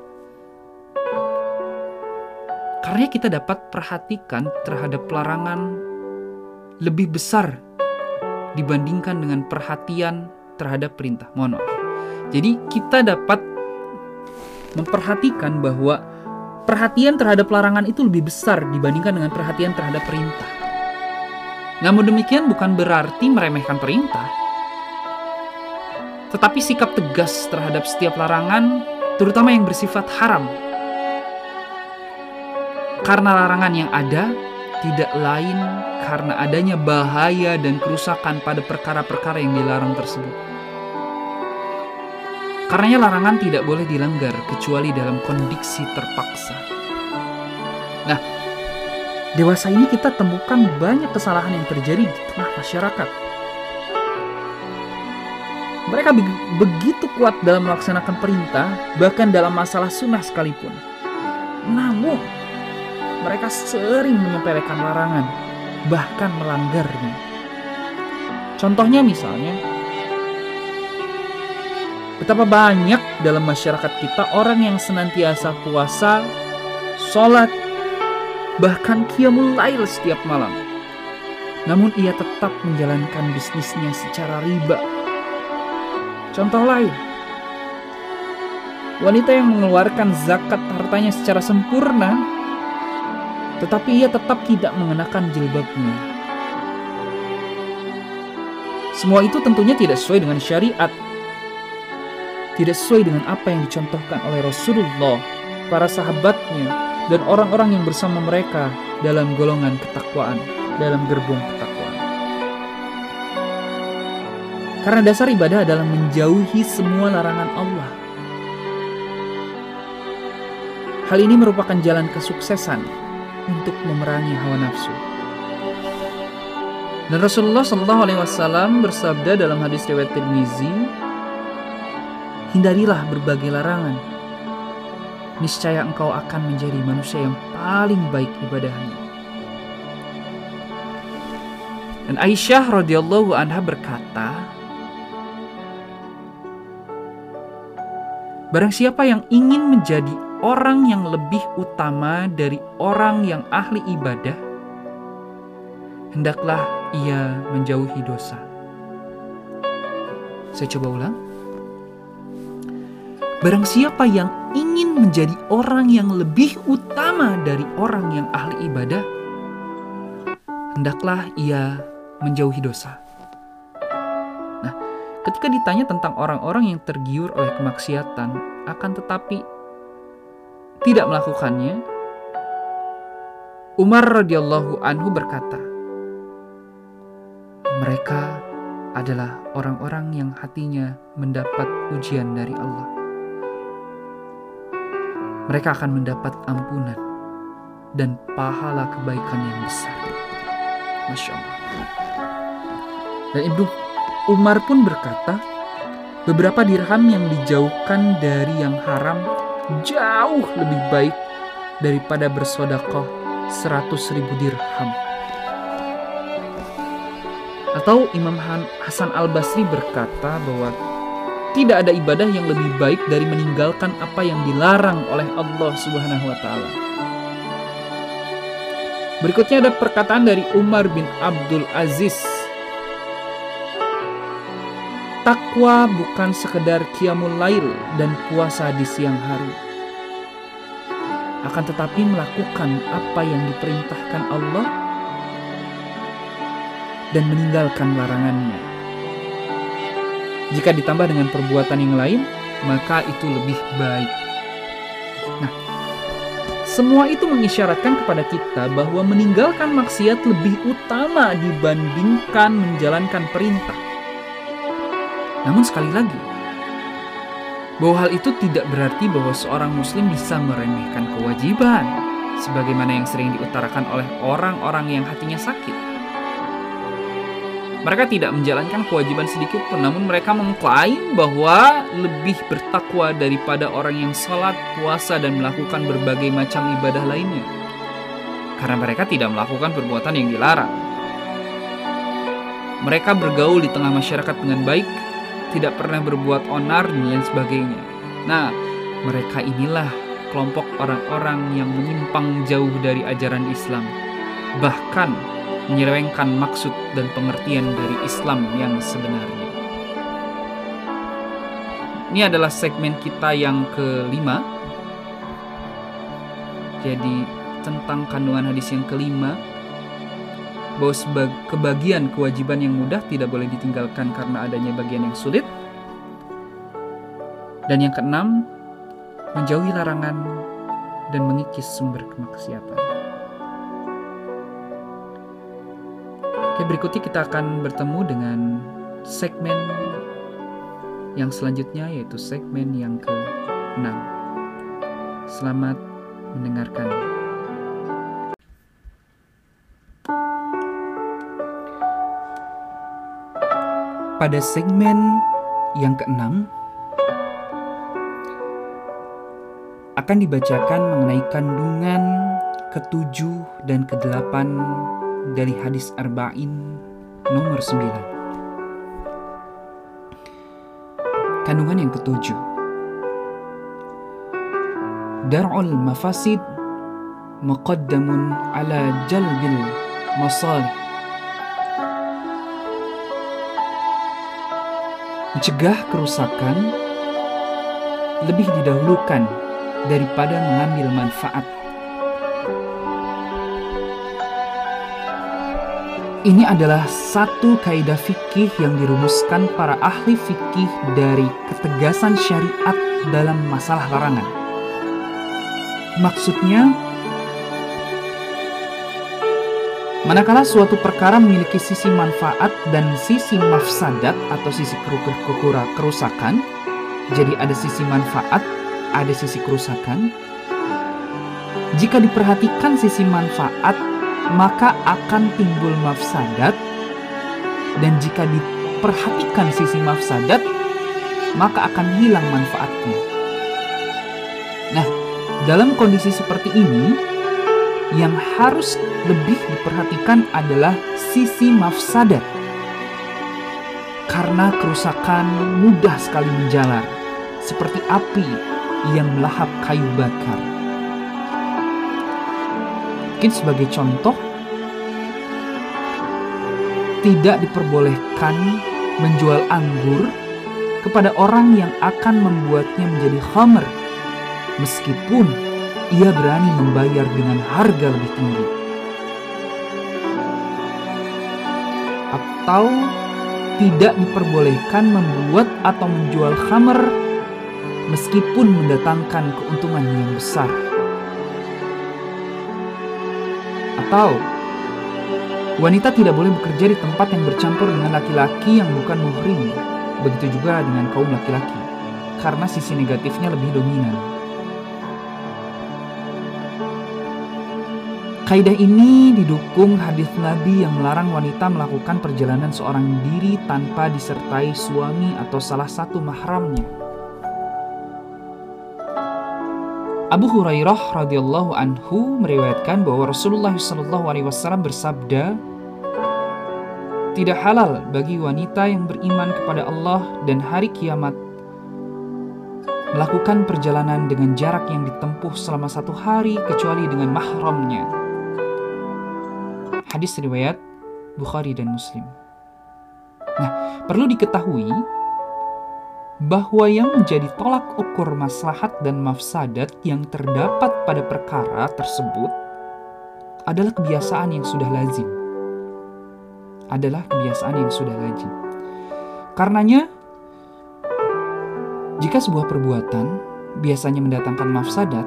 Speaker 1: Karena kita dapat perhatikan terhadap larangan lebih besar dibandingkan dengan perhatian terhadap perintah. Mohon maaf. Jadi kita dapat memperhatikan bahwa perhatian terhadap larangan itu lebih besar dibandingkan dengan perhatian terhadap perintah. Namun demikian bukan berarti meremehkan perintah. Tetapi sikap tegas terhadap setiap larangan, terutama yang bersifat haram. Karena larangan yang ada tidak lain karena adanya bahaya dan kerusakan pada perkara-perkara yang dilarang tersebut. Karenanya larangan tidak boleh dilanggar kecuali dalam kondisi terpaksa. Nah, dewasa ini kita temukan banyak kesalahan yang terjadi di tengah masyarakat. Mereka begitu kuat dalam melaksanakan perintah, bahkan dalam masalah sunnah sekalipun. Namun, mereka sering menyepelekan larangan, bahkan melanggarnya. Contohnya misalnya, betapa banyak dalam masyarakat kita orang yang senantiasa puasa, sholat, bahkan qiyamul lail setiap malam. Namun ia tetap menjalankan bisnisnya secara riba. Contoh lain, wanita yang mengeluarkan zakat hartanya secara sempurna, tetapi ia tetap tidak mengenakan jilbabnya. Semua itu tentunya tidak sesuai dengan syariat, tidak sesuai dengan apa yang dicontohkan oleh Rasulullah, para sahabatnya, dan orang-orang yang bersama mereka dalam golongan ketakwaan, dalam gerbong ketakwaan. Karena dasar ibadah adalah menjauhi semua larangan Allah. Hal ini merupakan jalan kesuksesan untuk memerangi hawa nafsu. Dan Rasulullah SAW bersabda dalam hadis riwayat Tirmizi, hindarilah berbagai larangan, niscaya engkau akan menjadi manusia yang paling baik ibadahnya. Dan Aisyah radhiyallahu anha berkata, barang siapa yang ingin menjadi orang yang lebih utama dari orang yang ahli ibadah, hendaklah ia menjauhi dosa. Saya coba ulang. Barang siapa yang ingin menjadi orang yang lebih utama dari orang yang ahli ibadah, hendaklah ia menjauhi dosa. Nah, ketika ditanya tentang orang-orang yang tergiur oleh kemaksiatan, akan tetapi tidak melakukannya, Umar radhiyallahu anhu berkata, mereka adalah orang-orang yang hatinya mendapat ujian dari Allah. Mereka akan mendapat ampunan dan pahala kebaikan yang besar. Masya Allah. Dan Ibnu Umar pun berkata, beberapa dirham yang dijauhkan dari yang haram jauh lebih baik daripada bersedekah 100.000 dirham. Atau Imam Hasan Al-Basri berkata bahwa tidak ada ibadah yang lebih baik dari meninggalkan apa yang dilarang oleh Allah Subhanahu wa taala. Berikutnya ada perkataan dari Umar bin Abdul Aziz. Takwa bukan sekedar qiyamul lail dan puasa di siang hari, akan tetapi melakukan apa yang diperintahkan Allah dan meninggalkan larangannya. Jika ditambah dengan perbuatan yang lain, maka itu lebih baik. Nah, semua itu mengisyaratkan kepada kita bahwa meninggalkan maksiat lebih utama dibandingkan menjalankan perintah. Namun sekali lagi, Bahwa hal itu tidak berarti bahwa seorang muslim bisa meremehkan kewajiban, sebagaimana yang sering diutarakan oleh orang-orang yang hatinya sakit. Mereka tidak menjalankan kewajiban sedikit pun, namun mereka mengklaim bahwa lebih bertakwa daripada orang yang salat, puasa, dan melakukan berbagai macam ibadah lainnya. Karena mereka tidak melakukan perbuatan yang dilarang. Mereka bergaul di tengah masyarakat dengan baik, tidak pernah berbuat onar dan lain sebagainya. Nah, mereka inilah kelompok orang-orang yang menyimpang jauh dari ajaran Islam, bahkan menyelewengkan maksud dan pengertian dari Islam yang sebenarnya. Ini adalah segmen kita yang kelima. Jadi tentang kandungan hadis yang kelima, bahwa kebagian kewajiban yang mudah tidak boleh ditinggalkan karena adanya bagian yang sulit. Dan yang keenam, menjauhi larangan dan mengikis sumber kemaksiatan. Oke, berikutnya kita akan bertemu dengan segmen yang selanjutnya, yaitu segmen yang ke-6. Selamat mendengarkan. Pada segmen yang ke-6 akan dibacakan mengenai kandungan ke-7 dan ke-8 dari hadis Arba'in nomor 9. Kandungan yang ke-7. Dar'ul mafasid muqaddamun ala jalbil masalih. Mencegah kerusakan lebih didahulukan daripada mengambil manfaat. Ini adalah satu kaidah fikih yang dirumuskan para ahli fikih dari ketegasan syariat dalam masalah larangan. Maksudnya, manakala suatu perkara memiliki sisi manfaat dan sisi mafsadat atau sisi kerusakan, jadi ada sisi manfaat, ada sisi kerusakan. Jika diperhatikan sisi manfaat, maka akan timbul mafsadat, dan jika diperhatikan sisi mafsadat, maka akan hilang manfaatnya. Nah, dalam kondisi seperti ini, yang harus lebih diperhatikan adalah sisi mafsadat, karena kerusakan mudah sekali menjalar, seperti api yang melahap kayu bakar. Mungkin sebagai contoh, tidak diperbolehkan menjual anggur kepada orang yang akan membuatnya menjadi khamr, meskipun ia berani membayar dengan harga lebih tinggi. Atau tidak diperbolehkan membuat atau menjual khamr meskipun mendatangkan keuntungan yang besar. Atau wanita tidak boleh bekerja di tempat yang bercampur dengan laki-laki yang bukan muhrim. Begitu juga dengan kaum laki-laki, karena sisi negatifnya lebih dominan. Kaidah ini didukung hadis Nabi yang melarang wanita melakukan perjalanan seorang diri tanpa disertai suami atau salah satu mahramnya. Abu Hurairah radhiyallahu anhu meriwayatkan bahwa Rasulullah SAW bersabda, "Tidak halal bagi wanita yang beriman kepada Allah dan hari kiamat melakukan perjalanan dengan jarak yang ditempuh selama 1 hari kecuali dengan mahramnya." Hadis riwayat Bukhari dan Muslim. Nah, perlu diketahui bahwa yang menjadi tolak ukur maslahat dan mafsadat yang terdapat pada perkara tersebut adalah kebiasaan yang sudah lazim. Karenanya, jika sebuah perbuatan biasanya mendatangkan mafsadat,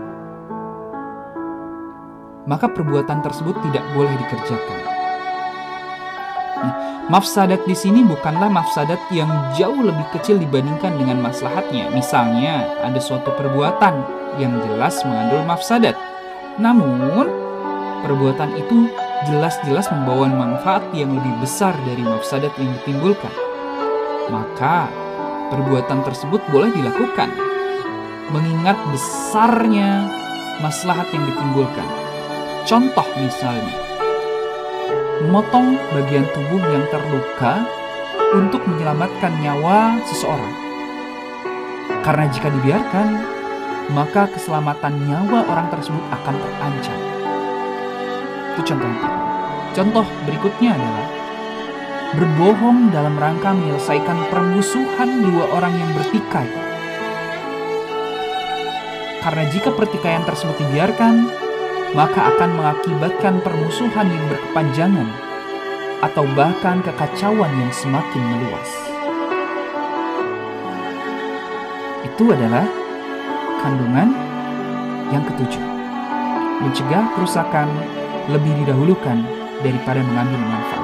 Speaker 1: maka perbuatan tersebut tidak boleh dikerjakan. Mafsadat di sini bukanlah mafsadat yang jauh lebih kecil dibandingkan dengan maslahatnya. Misalnya, ada suatu perbuatan yang jelas mengandung mafsadat. Namun, perbuatan itu jelas-jelas membawa manfaat yang lebih besar dari mafsadat yang ditimbulkan. Maka, perbuatan tersebut boleh dilakukan, mengingat besarnya maslahat yang ditimbulkan. Contoh misalnya, memotong bagian tubuh yang terluka untuk menyelamatkan nyawa seseorang. Karena jika dibiarkan, maka keselamatan nyawa orang tersebut akan terancam. Itu contoh yang pertama. Contoh berikutnya adalah berbohong dalam rangka menyelesaikan permusuhan dua orang yang bertikai. Karena jika pertikaian tersebut dibiarkan, maka akan mengakibatkan permusuhan yang berkepanjangan atau bahkan kekacauan yang semakin meluas. Itu adalah kandungan yang ketujuh. Mencegah kerusakan lebih didahulukan daripada mengambil manfaat.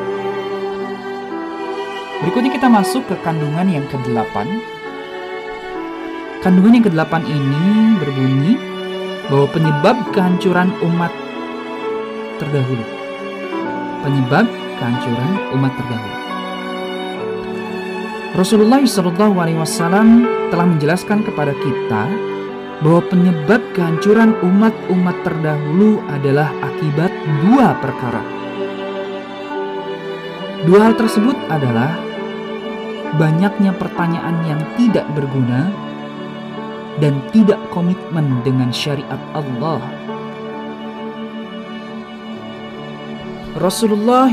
Speaker 1: Berikutnya kita masuk ke kandungan yang ke-8. Kandungan yang ke-8 ini berbunyi bahwa penyebab kehancuran umat terdahulu. Penyebab kehancuran umat terdahulu. Rasulullah SAW telah menjelaskan kepada kita bahwa penyebab kehancuran umat-umat terdahulu adalah akibat dua perkara. Dua hal tersebut adalah banyaknya pertanyaan yang tidak berguna dan tidak komitmen dengan syariat Allah. Rasulullah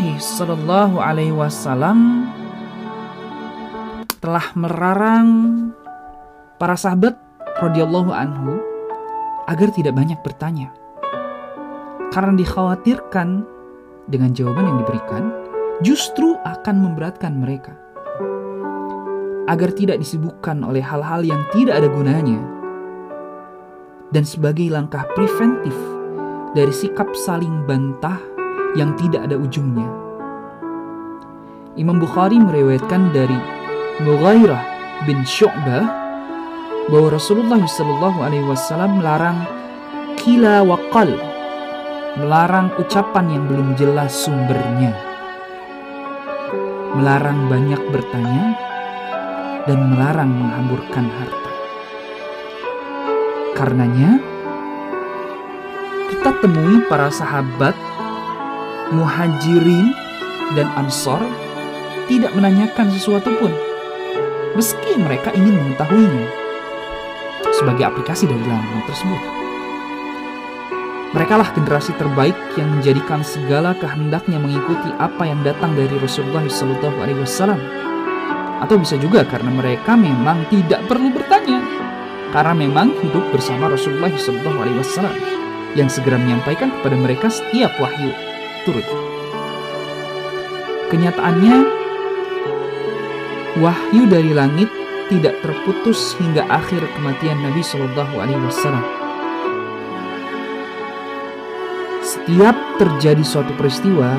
Speaker 1: SAW telah melarang para sahabat radhiyallahu anhu agar tidak banyak bertanya, karena dikhawatirkan dengan jawaban yang diberikan justru akan memberatkan mereka, agar tidak disibukkan oleh hal-hal yang tidak ada gunanya, dan sebagai langkah preventif dari sikap saling bantah yang tidak ada ujungnya. Imam Bukhari meriwayatkan dari Mughirah bin Syu'bah bahwa Rasulullah SAW melarang qila wa qal, melarang ucapan yang belum jelas sumbernya, melarang banyak bertanya, dan melarang menghamburkan harta. Karenanya, kita temui para sahabat Muhajirin dan Ansor tidak menanyakan sesuatu pun, meski mereka ingin mengetahuinya, sebagai aplikasi dari larangan tersebut. Merekalah generasi terbaik yang menjadikan segala kehendaknya mengikuti apa yang datang dari Rasulullah SAW. Atau bisa juga karena mereka memang tidak perlu bertanya, karena memang hidup bersama Rasulullah SAW yang segera menyampaikan kepada mereka setiap wahyu turun. Kenyataannya, wahyu dari langit tidak terputus hingga akhir kematian Nabi SAW. Setiap terjadi suatu peristiwa,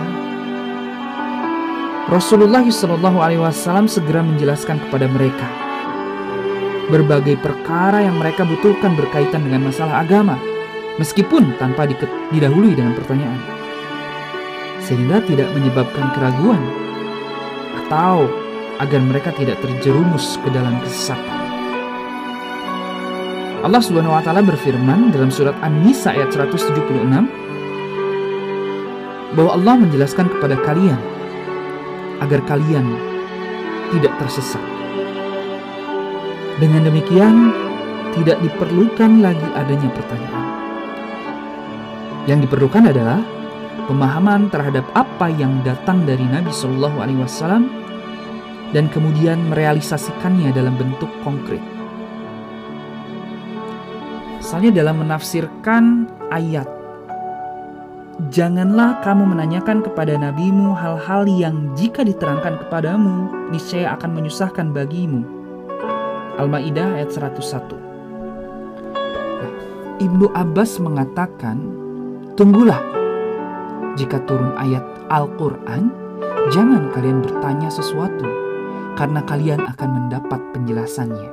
Speaker 1: Rasulullah SAW segera menjelaskan kepada mereka berbagai perkara yang mereka butuhkan berkaitan dengan masalah agama, meskipun tanpa didahului dengan pertanyaan, sehingga tidak menyebabkan keraguan atau agar mereka tidak terjerumus ke dalam kesesatan. Allah Subhanahu wa taala berfirman dalam surat An-Nisa ayat 176 bahwa Allah menjelaskan kepada kalian agar kalian tidak tersesat. Dengan demikian, tidak diperlukan lagi adanya pertanyaan. Yang diperlukan adalah pemahaman terhadap apa yang datang dari Nabi SAW dan kemudian merealisasikannya dalam bentuk konkret. Misalnya dalam menafsirkan ayat, janganlah kamu menanyakan kepada nabimu hal-hal yang jika diterangkan kepadamu niscaya akan menyusahkan bagimu. Al-Maidah ayat 101. Ibnu Abbas mengatakan, tunggulah jika turun ayat Al-Quran jangan kalian bertanya sesuatu, karena kalian akan mendapat penjelasannya.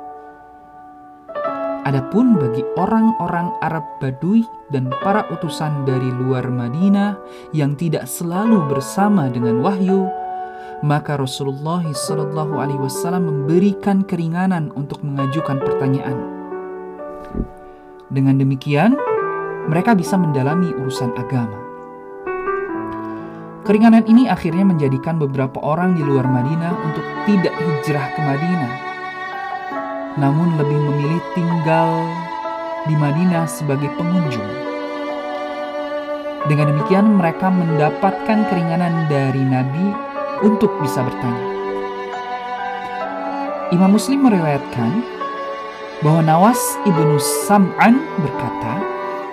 Speaker 1: Adapun bagi orang-orang Arab Badui dan para utusan dari luar Madinah yang tidak selalu bersama dengan wahyu, maka Rasulullah SAW memberikan keringanan untuk mengajukan pertanyaan. Dengan demikian, mereka bisa mendalami urusan agama. Keringanan ini akhirnya menjadikan beberapa orang di luar Madinah untuk tidak hijrah ke Madinah, namun lebih memilih tinggal di Madinah sebagai pengunjung. Dengan demikian, mereka mendapatkan keringanan dari Nabi untuk bisa bertanya. Imam Muslim meriwayatkan bahwa Nawas ibnu Sam'an berkata,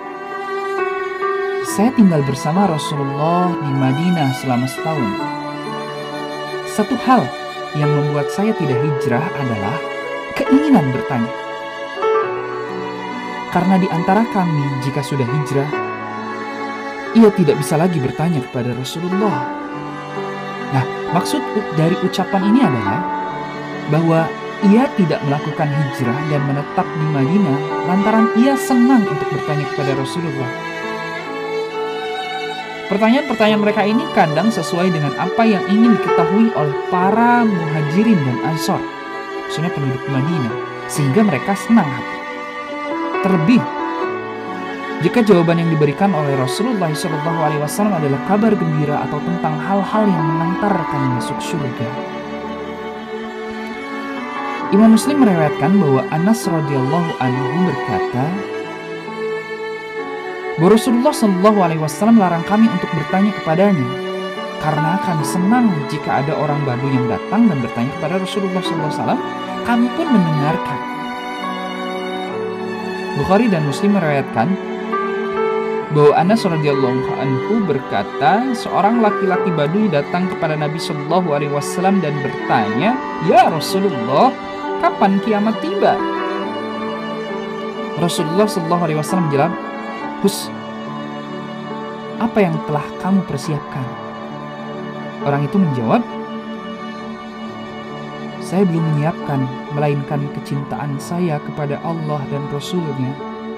Speaker 1: saya tinggal bersama Rasulullah di Madinah selama setahun. Satu hal yang membuat saya tidak hijrah adalah keinginan bertanya. Karena di antara kami jika sudah hijrah, ia tidak bisa lagi bertanya kepada Rasulullah. Nah, maksud dari ucapan ini adalah bahwa ia tidak melakukan hijrah dan menetap di Madinah lantaran ia senang untuk bertanya kepada Rasulullah. Pertanyaan-pertanyaan mereka ini kadang sesuai dengan apa yang ingin diketahui oleh para muhajirin dan ansor, maksudnya penduduk Madinah, sehingga mereka senang hati. Terlebih, jika jawaban yang diberikan oleh Rasulullah SAW adalah kabar gembira atau tentang hal-hal yang mengantarkan masuk surga. Imam Muslim meriwayatkan bahwa Anas radhiyallahu anhu berkata, bahwa Rasulullah SAW melarang kami untuk bertanya kepadanya, karena kami senang jika ada orang Badui yang datang dan bertanya kepada Rasulullah SAW, kami pun mendengarkan. Bukhari dan Muslim meriwayatkan bahwa Anas radhiyallahu anhu berkata, seorang laki-laki Badui datang kepada Nabi SAW dan bertanya, "Ya Rasulullah, kapan kiamat tiba?" Rasulullah SAW menjawab, "Hus, apa yang telah kamu persiapkan?" Orang itu menjawab, "Saya belum menyiapkan, melainkan kecintaan saya kepada Allah dan Rasul-Nya."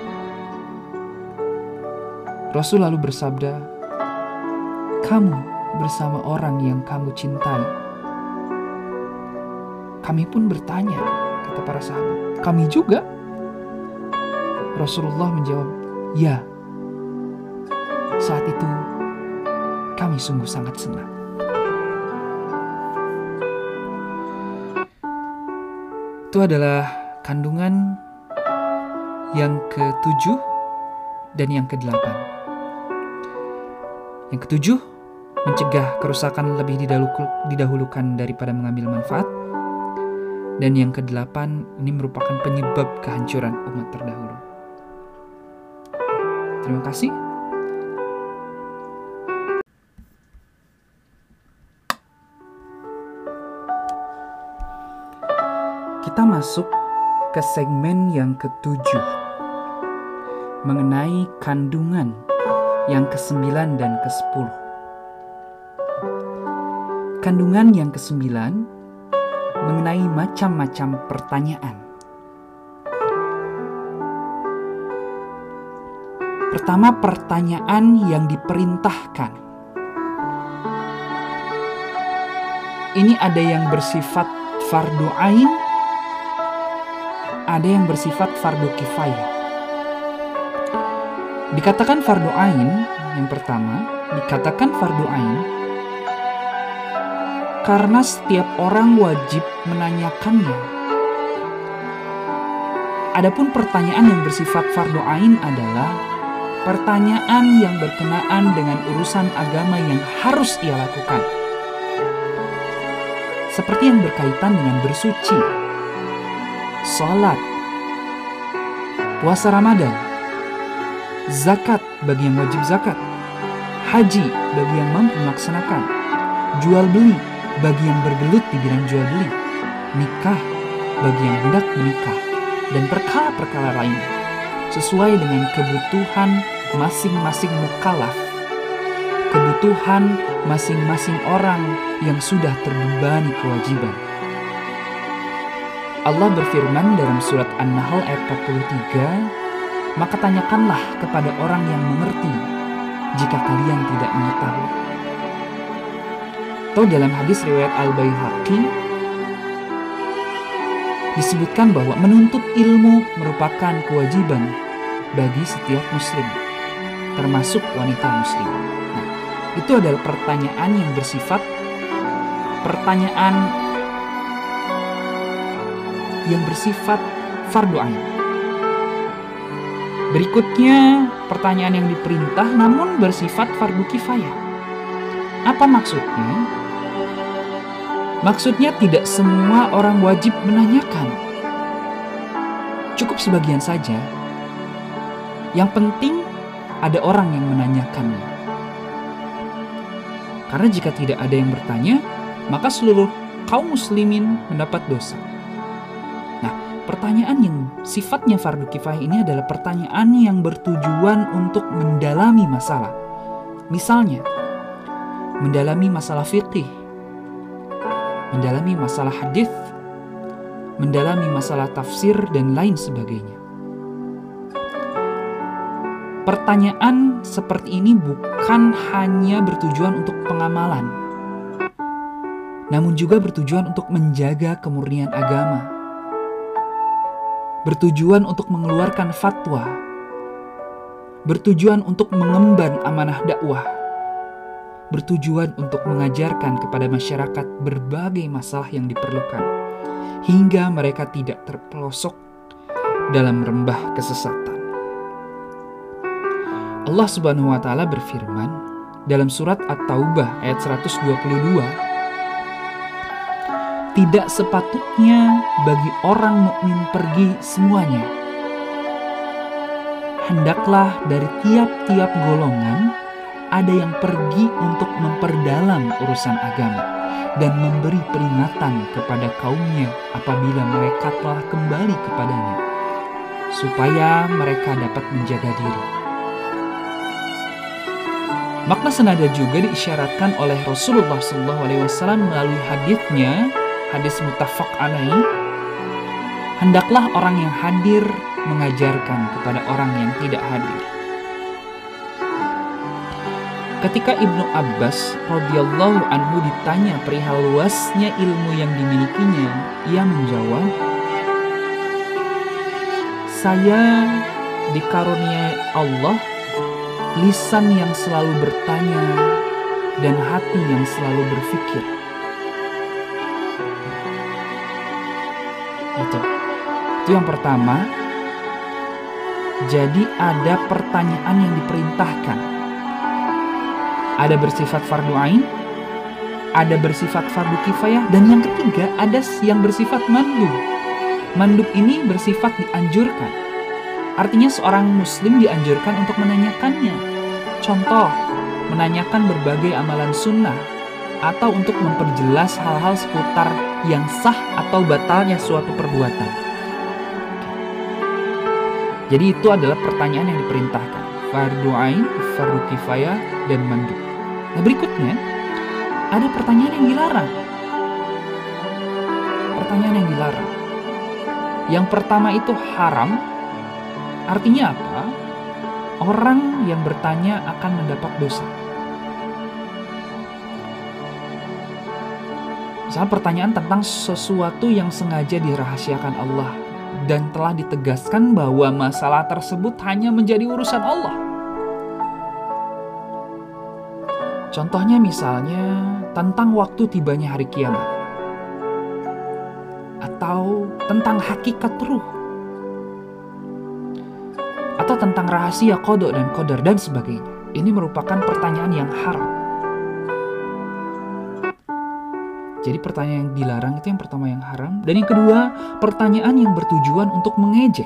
Speaker 1: Rasul lalu bersabda, "Kamu bersama orang yang kamu cintai." Kami pun bertanya, kata para sahabat, "Kami juga?" Rasulullah menjawab, "Ya." Saat itu, kami sungguh sangat senang. Itu adalah kandungan yang ke-7 dan yang ke-8. Yang ke-7, mencegah kerusakan lebih didahulukan daripada mengambil manfaat. Dan yang ke-8, ini merupakan penyebab kehancuran umat terdahulu. Terima kasih. Kita masuk ke segmen yang ke-7 mengenai kandungan yang ke-9 dan ke-10. Kandungan yang ke-9 mengenai macam-macam pertanyaan. Pertama, pertanyaan yang diperintahkan. Ini ada yang bersifat fardu ain, ada yang bersifat fardu kifayah. Dikatakan fardu ain, yang pertama, dikatakan fardu ain karena setiap orang wajib menanyakannya. Adapun pertanyaan yang bersifat fardu ain adalah pertanyaan yang berkenaan dengan urusan agama yang harus ia lakukan. Seperti yang berkaitan dengan bersuci, salat, puasa Ramadan, zakat bagi yang wajib zakat, haji bagi yang mampu melaksanakan, jual beli bagi yang bergelut di bidang jual beli, nikah bagi yang hendak menikah, dan perkara-perkara lainnya sesuai dengan kebutuhan masing-masing mukallaf. kebutuhan masing-masing orang yang sudah terbebani kewajiban. Allah berfirman dalam surat An-Nahl ayat 43, "Maka tanyakanlah kepada orang yang mengerti jika kalian tidak mengetahui." Atau dalam hadis riwayat Al-Baihaqi disebutkan bahwa menuntut ilmu merupakan kewajiban bagi setiap muslim, termasuk wanita muslim. Nah, itu adalah pertanyaan yang bersifat fardu ain. Berikutnya pertanyaan yang diperintah namun bersifat fardu kifayah. Apa maksudnya? Maksudnya tidak semua orang wajib menanyakan. Cukup sebagian saja. Yang penting ada orang yang menanyakannya. Karena jika tidak ada yang bertanya, maka seluruh kaum muslimin mendapat dosa. Nah, pertanyaan yang sifatnya fardu kifayah ini adalah pertanyaan yang bertujuan untuk mendalami masalah. Misalnya, mendalami masalah fikih, mendalami masalah hadis, mendalami masalah tafsir, dan lain sebagainya. Pertanyaan seperti ini bukan hanya bertujuan untuk pengamalan, namun juga bertujuan untuk menjaga kemurnian agama, bertujuan untuk mengeluarkan fatwa, bertujuan untuk mengemban amanah dakwah, bertujuan untuk mengajarkan kepada masyarakat berbagai masalah yang diperlukan, hingga mereka tidak terpelosok dalam rembah kesesatan. Allah Subhanahu wa Ta'ala berfirman dalam surat At-Taubah ayat 122, "Tidak sepatutnya bagi orang mukmin pergi semuanya. Hendaklah dari tiap-tiap golongan ada yang pergi untuk memperdalam urusan agama dan memberi peringatan kepada kaumnya apabila mereka telah kembali kepadanya, supaya mereka dapat menjaga diri." Makna senada juga diisyaratkan oleh Rasulullah SAW melalui hadisnya, hadis muttafaq alaih, "Hendaklah orang yang hadir mengajarkan kepada orang yang tidak hadir." Ketika Ibnu Abbas radhiyallahu anhu ditanya perihal luasnya ilmu yang dimilikinya, ia menjawab, "Saya dikaruniai Allah lisan yang selalu bertanya dan hati yang selalu berpikir." Itu yang pertama. Jadi ada pertanyaan yang diperintahkan. Ada bersifat fardu ain, ada bersifat fardu kifayah, dan yang ketiga ada yang bersifat mandub. Mandub ini bersifat dianjurkan. Artinya seorang muslim dianjurkan untuk menanyakannya. Contoh, menanyakan berbagai amalan sunnah, atau untuk memperjelas hal-hal seputar yang sah atau batalnya suatu perbuatan. Jadi itu adalah pertanyaan yang diperintahkan. Fardu ain, fardu kifayah, dan mandub. Nah, berikutnya ada pertanyaan yang dilarang. Pertanyaan yang dilarang. Yang pertama itu haram. Artinya apa? Orang yang bertanya akan mendapat dosa. Misalnya pertanyaan tentang sesuatu yang sengaja dirahasiakan Allah dan telah ditegaskan bahwa masalah tersebut hanya menjadi urusan Allah. Contohnya misalnya tentang waktu tibanya hari kiamat, atau tentang hakikat ruh, atau tentang rahasia qada dan qadar dan sebagainya. Ini merupakan pertanyaan yang haram. Jadi pertanyaan yang dilarang itu yang pertama yang haram. Dan yang kedua, pertanyaan yang bertujuan untuk mengejek.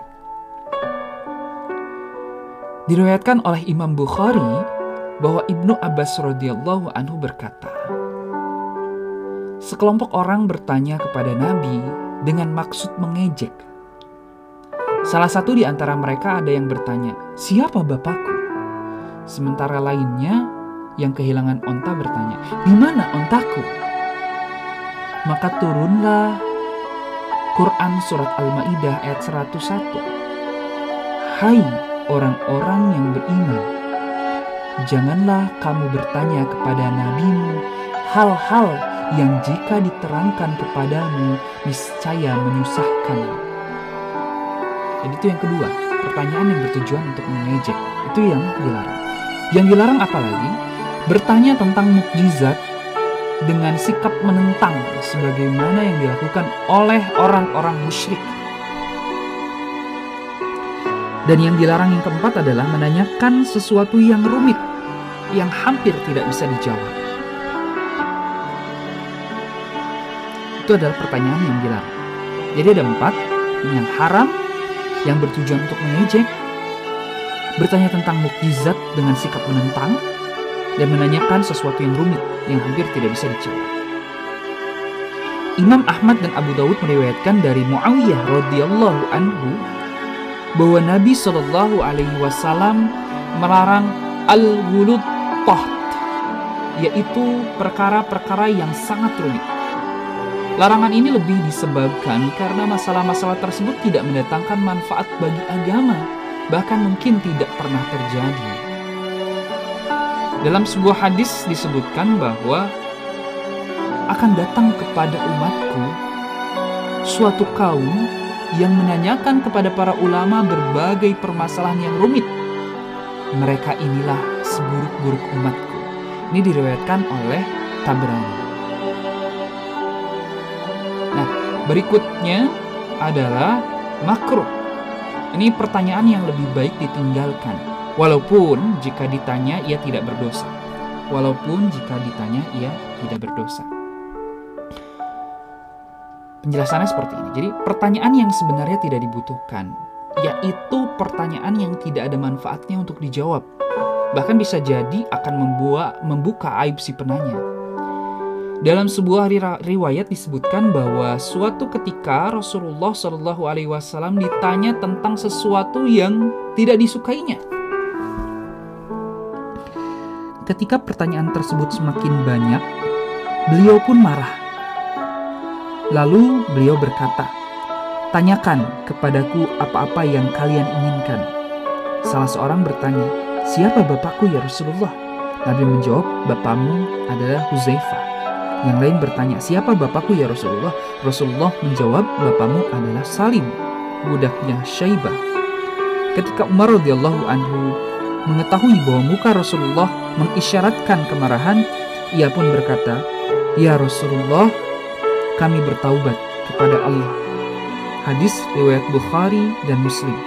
Speaker 1: Diriwayatkan oleh Imam Bukhari bahwa Ibnu Abbas radhiyallahu anhu berkata, sekelompok orang bertanya kepada Nabi dengan maksud mengejek. Salah satu di antara mereka ada yang bertanya, "Siapa bapakku?" Sementara lainnya yang kehilangan onta bertanya, "Di mana ontaku?" Maka turunlah Quran surat Al-Maidah ayat 101. Hai orang-orang yang beriman, janganlah kamu bertanya kepada nabimu hal-hal yang jika diterangkan kepadamu niscaya menyusahkan. Jadi itu yang kedua, pertanyaan yang bertujuan untuk mengejek, itu yang dilarang. Yang dilarang apalagi? Bertanya tentang mukjizat dengan sikap menentang sebagaimana yang dilakukan oleh orang-orang musyrik. Dan yang dilarang yang keempat adalah menanyakan sesuatu yang rumit, yang hampir tidak bisa dijawab. Itu adalah pertanyaan yang dilarang. Jadi ada 4, yang haram, yang bertujuan untuk mengejek, bertanya tentang mukjizat dengan sikap menentang, dan menanyakan sesuatu yang rumit yang hampir tidak bisa dijawab. Imam Ahmad dan Abu Dawud meriwayatkan dari Muawiyah radhiyallahu anhu bahwa Nabi SAW melarang al-ghulud taht, yaitu perkara-perkara yang sangat rumit. Larangan ini lebih disebabkan karena masalah-masalah tersebut tidak mendatangkan manfaat bagi agama, bahkan mungkin tidak pernah terjadi. Dalam sebuah hadis disebutkan bahwa akan datang kepada umatku suatu kaum yang menanyakan kepada para ulama berbagai permasalahan yang rumit. Mereka inilah seburuk-buruk umatku. Ini diriwayatkan oleh Tabrani. Nah, berikutnya adalah makruh. Ini pertanyaan yang lebih baik ditinggalkan. Walaupun jika ditanya ia tidak berdosa. Walaupun jika ditanya ia tidak berdosa. Penjelasannya seperti ini. Jadi pertanyaan yang sebenarnya tidak dibutuhkan, yaitu pertanyaan yang tidak ada manfaatnya untuk dijawab. Bahkan bisa jadi akan membuka aib si penanya. Dalam sebuah riwayat disebutkan bahwa suatu ketika Rasulullah SAW ditanya tentang sesuatu yang tidak disukainya. Ketika pertanyaan tersebut semakin banyak, beliau pun marah. Lalu beliau berkata, "Tanyakan kepadaku apa-apa yang kalian inginkan." Salah seorang bertanya, "Siapa bapakku ya Rasulullah?" Nabi menjawab, "Bapakmu adalah Huzaifah." Yang lain bertanya, "Siapa bapakku ya Rasulullah?" Rasulullah menjawab, "Bapakmu adalah Salim, budaknya Syaibah." Ketika Umar radhiyallahu anhu mengetahui bahwa muka Rasulullah mengisyaratkan kemarahan, ia pun berkata, "Ya Rasulullah, kami bertaubat kepada Allah." Hadis riwayat Bukhari dan Muslim.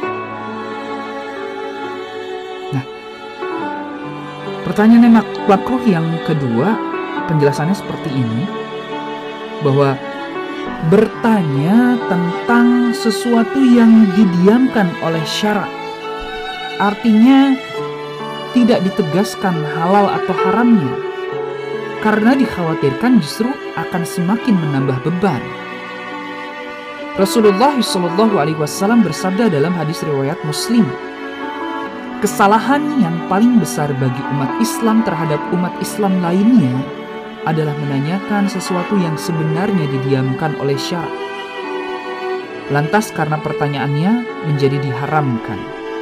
Speaker 1: Nah, pertanyaan makruh yang kedua, penjelasannya seperti ini, bahwa bertanya tentang sesuatu yang didiamkan oleh syarak, artinya tidak ditegaskan halal atau haramnya, karena dikhawatirkan justru akan semakin menambah beban. Rasulullah SAW bersabda dalam hadis riwayat Muslim, kesalahan yang paling besar bagi umat Islam terhadap umat Islam lainnya adalah menanyakan sesuatu yang sebenarnya didiamkan oleh syarak. Lantas karena pertanyaannya menjadi diharamkan.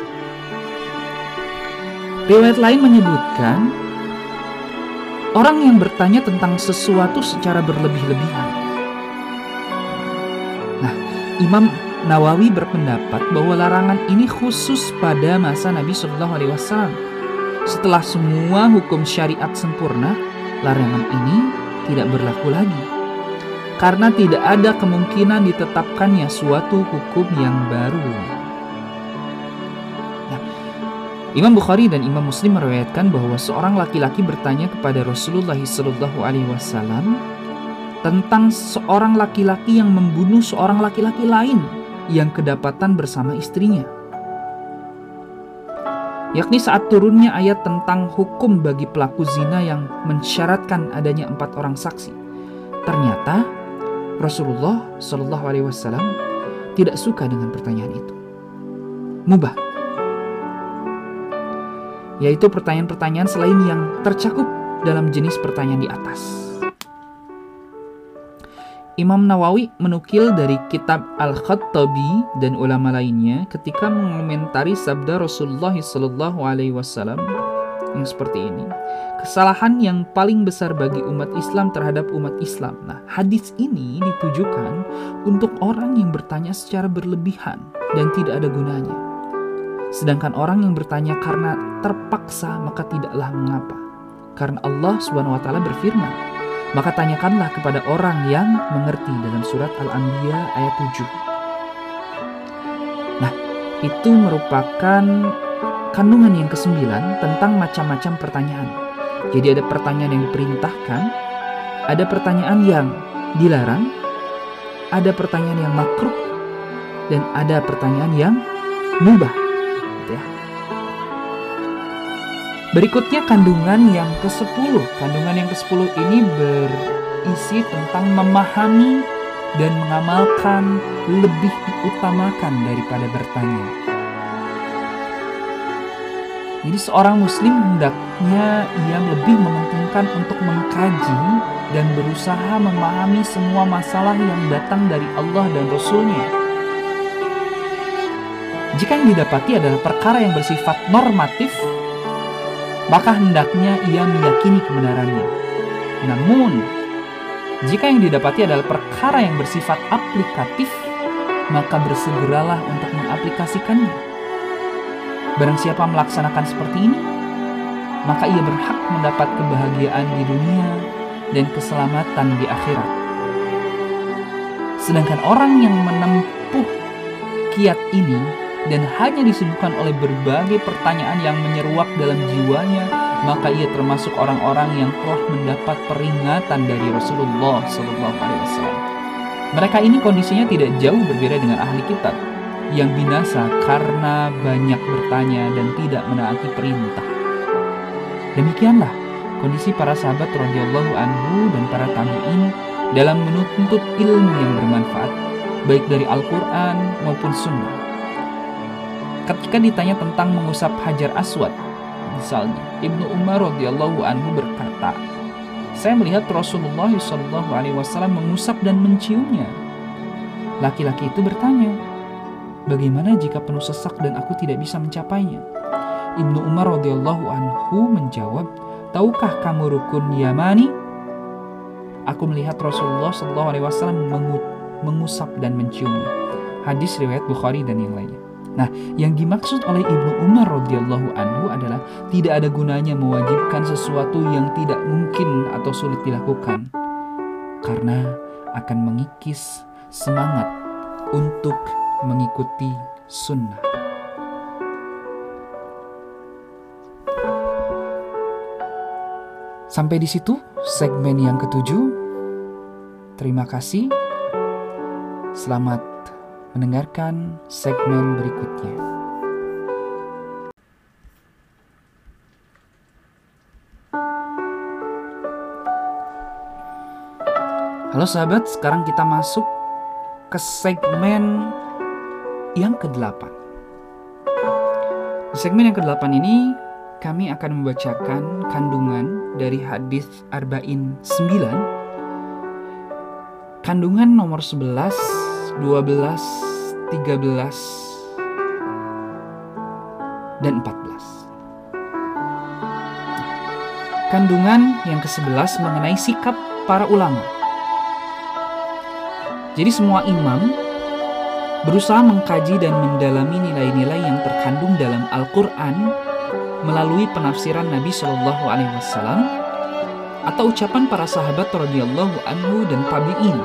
Speaker 1: Riwayat lain menyebutkan orang yang bertanya tentang sesuatu secara berlebih-lebihan. Nah, Imam Nawawi berpendapat bahwa larangan ini khusus pada masa Nabi SAW. Setelah semua hukum syariat sempurna, larangan ini tidak berlaku lagi, karena tidak ada kemungkinan ditetapkannya suatu hukum yang baru. Imam Bukhari dan Imam Muslim meriwayatkan bahwa seorang laki-laki bertanya kepada Rasulullah SAW tentang seorang laki-laki yang membunuh seorang laki-laki lain yang kedapatan bersama istrinya, yakni saat turunnya ayat tentang hukum bagi pelaku zina yang mensyaratkan adanya 4 orang saksi. Ternyata Rasulullah SAW tidak suka dengan pertanyaan itu. Mubah. yaitu pertanyaan-pertanyaan selain yang tercakup dalam jenis pertanyaan di atas. Imam Nawawi menukil dari kitab Al-Khattabi dan ulama lainnya ketika mengomentari sabda Rasulullah SAW yang seperti ini. Kesalahan yang paling besar bagi umat Islam terhadap umat Islam. Nah, hadis ini ditujukan untuk orang yang bertanya secara berlebihan dan tidak ada gunanya. Sedangkan orang yang bertanya karena terpaksa, maka tidaklah mengapa. Karena Allah SWT berfirman, maka tanyakanlah kepada orang yang mengerti, dalam surat Al-Anbiya ayat 7. Nah, itu merupakan kandungan yang ke-9 tentang macam-macam pertanyaan. Jadi ada pertanyaan yang diperintahkan, ada pertanyaan yang dilarang, ada pertanyaan yang makruh, dan ada pertanyaan yang mubah. Gitu ya. Berikutnya kandungan yang ke-10. Kandungan yang ke-10 ini berisi tentang memahami dan mengamalkan lebih diutamakan daripada bertanya. Jadi seorang muslim hendaknya ia lebih mementingkan untuk mengkaji dan berusaha memahami semua masalah yang datang dari Allah dan Rasul-Nya. Jika yang didapati adalah perkara yang bersifat normatif, maka hendaknya ia meyakini kebenarannya. Namun, jika yang didapati adalah perkara yang bersifat aplikatif, maka bersegeralah untuk mengaplikasikannya. Barang siapa melaksanakan seperti ini, maka ia berhak mendapat kebahagiaan di dunia dan keselamatan di akhirat. Sedangkan orang yang menempuh kiat ini dan hanya disibukkan oleh berbagai pertanyaan yang menyeruak dalam jiwanya, maka ia termasuk orang-orang yang telah mendapat peringatan dari Rasulullah SAW. Mereka ini kondisinya tidak jauh berbeda dengan ahli kitab yang binasa karena banyak bertanya dan tidak menaati perintah. Demikianlah kondisi para sahabat radhiyallahu anhu dan para tabi'in dalam menuntut ilmu yang bermanfaat, baik dari Al-Quran maupun Sunnah. Ketika ditanya tentang mengusap Hajar Aswad, misalnya, Ibnu Umar radhiyallahu anhu berkata, "Saya melihat Rasulullah SAW mengusap dan menciumnya." Laki-laki itu bertanya, "Bagaimana jika penuh sesak dan aku tidak bisa mencapainya?" Ibnu Umar radhiyallahu anhu menjawab, "Tahukah kamu rukun Yamani? Aku melihat Rasulullah SAW mengusap dan menciumnya." Hadis riwayat Bukhari dan yang lainnya. Nah, yang dimaksud oleh Ibnu Umar radhiyallahu anhu adalah tidak ada gunanya mewajibkan sesuatu yang tidak mungkin atau sulit dilakukan, karena akan mengikis semangat untuk mengikuti sunnah. Sampai di situ segmen yang ke-7. Terima kasih. Selamat mendengarkan segmen berikutnya. Halo sahabat, sekarang kita masuk ke segmen yang ke-8. Di segmen yang ke-8 ini kami akan membacakan kandungan dari hadis Arba'in 9, kandungan nomor 11, 12, 13, dan 14. Kandungan yang ke-11 mengenai sikap para ulama. Jadi semua imam berusaha mengkaji dan mendalami nilai-nilai yang terkandung dalam Al-Quran melalui penafsiran Nabi SAW atau ucapan para sahabat radhiyallahu anhu dan tabi'in.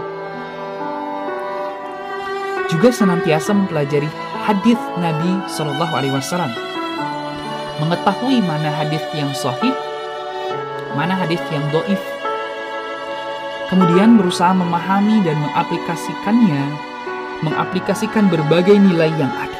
Speaker 1: Juga senantiasa mempelajari hadis Nabi SAW, mengetahui mana hadis yang sahih, mana hadis yang dhaif. Kemudian berusaha memahami dan mengaplikasikan berbagai nilai yang ada.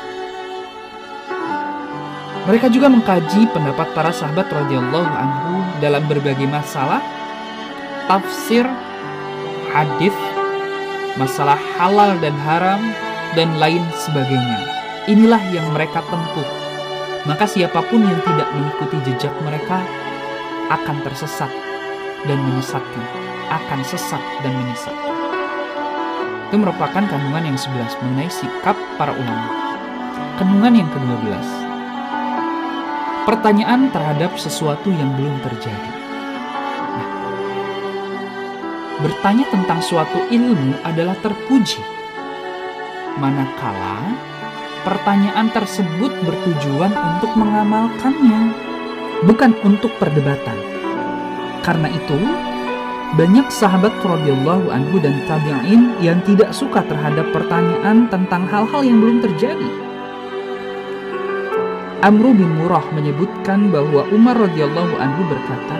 Speaker 1: Mereka juga mengkaji pendapat para sahabat radhiyallahu anhu dalam berbagai masalah, tafsir, hadis, masalah halal dan haram, dan lain sebagainya. Inilah yang mereka tempuh maka siapapun yang tidak mengikuti jejak mereka akan tersesat dan menyesatkan, akan sesat dan menyesatkan. Itu merupakan kandungan yang 11 mengenai sikap para ulama. Kandungan yang ke-12, pertanyaan terhadap sesuatu yang belum terjadi. Nah, bertanya tentang suatu ilmu adalah terpuji, manakala pertanyaan tersebut bertujuan untuk mengamalkannya, bukan untuk perdebatan. Karena itu, banyak sahabat radhiyallahu anhu dan tabi'in yang tidak suka terhadap pertanyaan tentang hal-hal yang belum terjadi. Amr bin Murrah menyebutkan bahwa Umar radhiyallahu anhu berkata,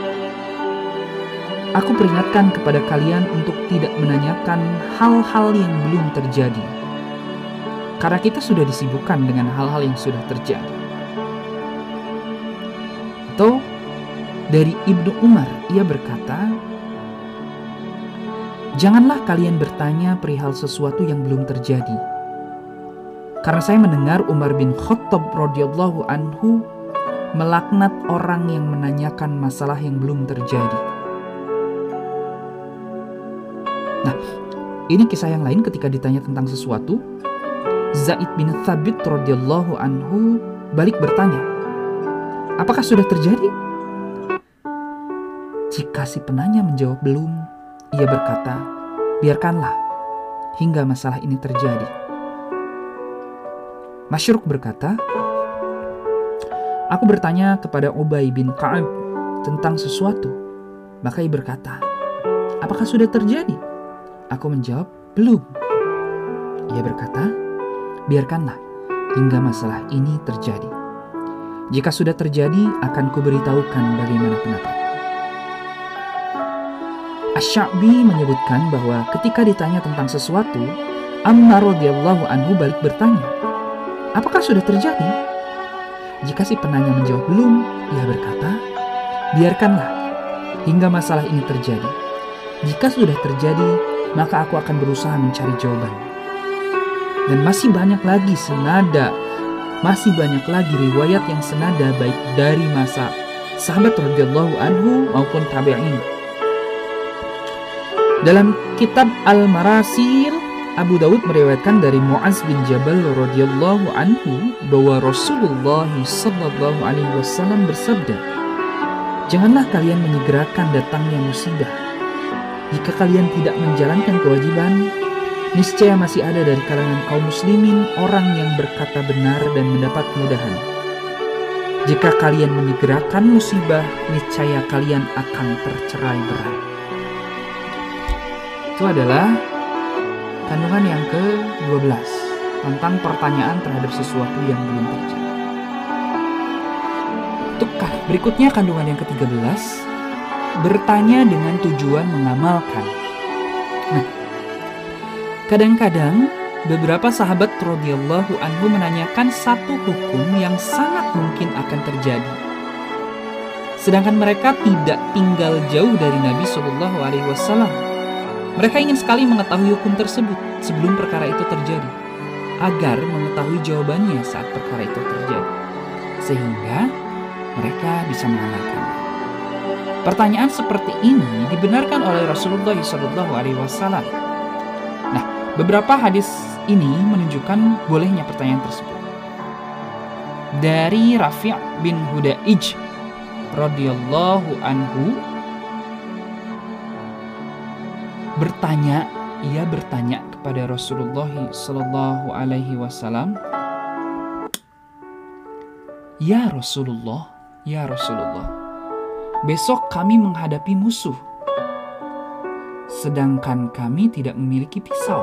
Speaker 1: "Aku peringatkan kepada kalian untuk tidak menanyakan hal-hal yang belum terjadi, karena kita sudah disibukkan dengan hal-hal yang sudah terjadi." Atau dari Ibnu Umar, ia berkata, "Janganlah kalian bertanya perihal sesuatu yang belum terjadi. Karena saya mendengar Umar bin Khattab radhiyallahu anhu melaknat orang yang menanyakan masalah yang belum terjadi." Nah, ini kisah yang lain ketika ditanya tentang sesuatu, Zaid bin Thabit radhiyallahu anhu balik bertanya, "Apakah sudah terjadi?" Jika si penanya menjawab belum, ia berkata, "Biarkanlah hingga masalah ini terjadi." Masyruk berkata, "Aku bertanya kepada Ubay bin Ka'ab tentang sesuatu, maka ia berkata, 'Apakah sudah terjadi?' Aku menjawab, 'Belum.' Ia berkata, 'Biarkanlah hingga masalah ini terjadi. Jika sudah terjadi, akan kuberitahukan bagaimana pendapat." Asy-Sya'bi menyebutkan bahwa ketika ditanya tentang sesuatu, Ammar radhiyallahu anhu balik bertanya, "Apakah sudah terjadi?" Jika si penanya menjawab belum, ia berkata, "Biarkanlah hingga masalah ini terjadi. Jika sudah terjadi, maka aku akan berusaha mencari jawaban." Dan masih banyak lagi riwayat yang senada baik dari masa sahabat radhiyallahu anhu maupun tabi'in. Dalam kitab Al-Marasil, Abu Dawud meriwayatkan dari Mu'az bin Jabal radhiyallahu anhu bahwa Rasulullah sallallahu alaihi wasallam bersabda, "Janganlah kalian menyegerakan datangnya musibah. Jika kalian tidak menjalankan kewajiban, niscaya masih ada dari kalangan kaum muslimin orang yang berkata benar dan mendapat kemudahan. Jika kalian menyegerakan musibah, niscaya kalian akan tercerai-berai." Itu adalah kandungan yang ke-12 tentang pertanyaan terhadap sesuatu yang belum terjadi. Berikutnya kandungan yang ke-13, bertanya dengan tujuan mengamalkan. Nah, kadang-kadang beberapa sahabat radhiyallahu anhu menanyakan satu hukum yang sangat mungkin akan terjadi, sedangkan mereka tidak tinggal jauh dari Nabi Shallallahu Alaihi Wasallam. Mereka ingin sekali mengetahui hukum tersebut sebelum perkara itu terjadi, agar mengetahui jawabannya saat perkara itu terjadi, sehingga mereka bisa mengamalkannya. Pertanyaan seperti ini dibenarkan oleh Rasulullah SAW. Nah, beberapa hadis ini menunjukkan bolehnya pertanyaan tersebut. Dari Rafi' bin Hudaij radhiyallahu anhu ia bertanya kepada Rasulullah sallallahu alaihi wasallam, "Ya Rasulullah, besok kami menghadapi musuh, sedangkan kami tidak memiliki pisau.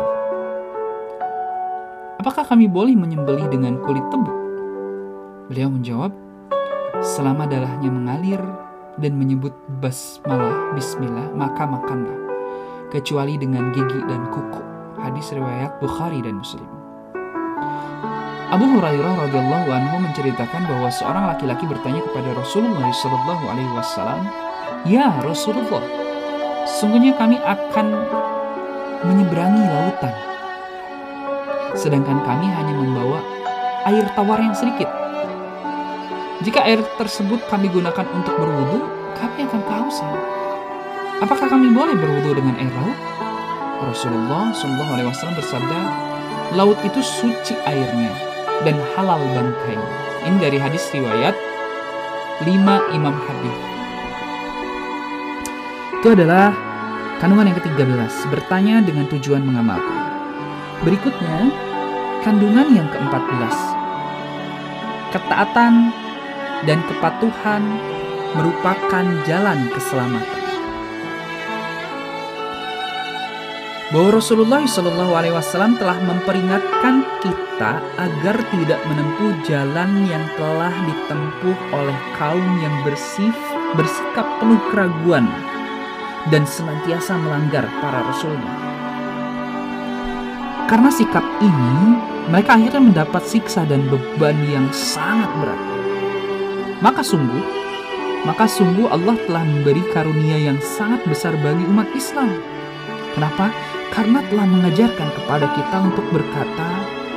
Speaker 1: Apakah kami boleh menyembelih dengan kulit tebu?" Beliau menjawab, "Selama darahnya mengalir dan menyebut basmalah, bismillah, maka makanlah, kecuali dengan gigi dan kuku." Hadis riwayat Bukhari dan Muslim. Abu Hurairah radhiyallahu anhu menceritakan bahwa seorang laki-laki bertanya kepada Rasulullah sallallahu alaihi wasallam, "Ya Rasulullah, sungguhnya kami akan menyeberangi lautan, sedangkan kami hanya membawa air tawar yang sedikit. Jika air tersebut kami gunakan untuk berwudu, kami akan kehausan. Apakah kami boleh berwudu dengan air laut? Rasulullah SAW bersabda, laut itu suci airnya dan halal bangkai. Ini dari hadis riwayat 5 Imam Hadis. Itu adalah kandungan yang ke-13, bertanya dengan tujuan mengamalkan. Berikutnya, kandungan yang ke-14, ketaatan dan kepatuhan merupakan jalan keselamatan. Bahwa Rasulullah SAW telah memperingatkan kita agar tidak menempuh jalan yang telah ditempuh oleh kaum yang bersikap penuh keraguan dan senantiasa melanggar para rasulnya. Karena sikap ini, mereka akhirnya mendapat siksa dan beban yang sangat berat. Maka sungguh Allah telah memberi karunia yang sangat besar bagi umat Islam. Kenapa? Karena telah mengajarkan kepada kita untuk berkata,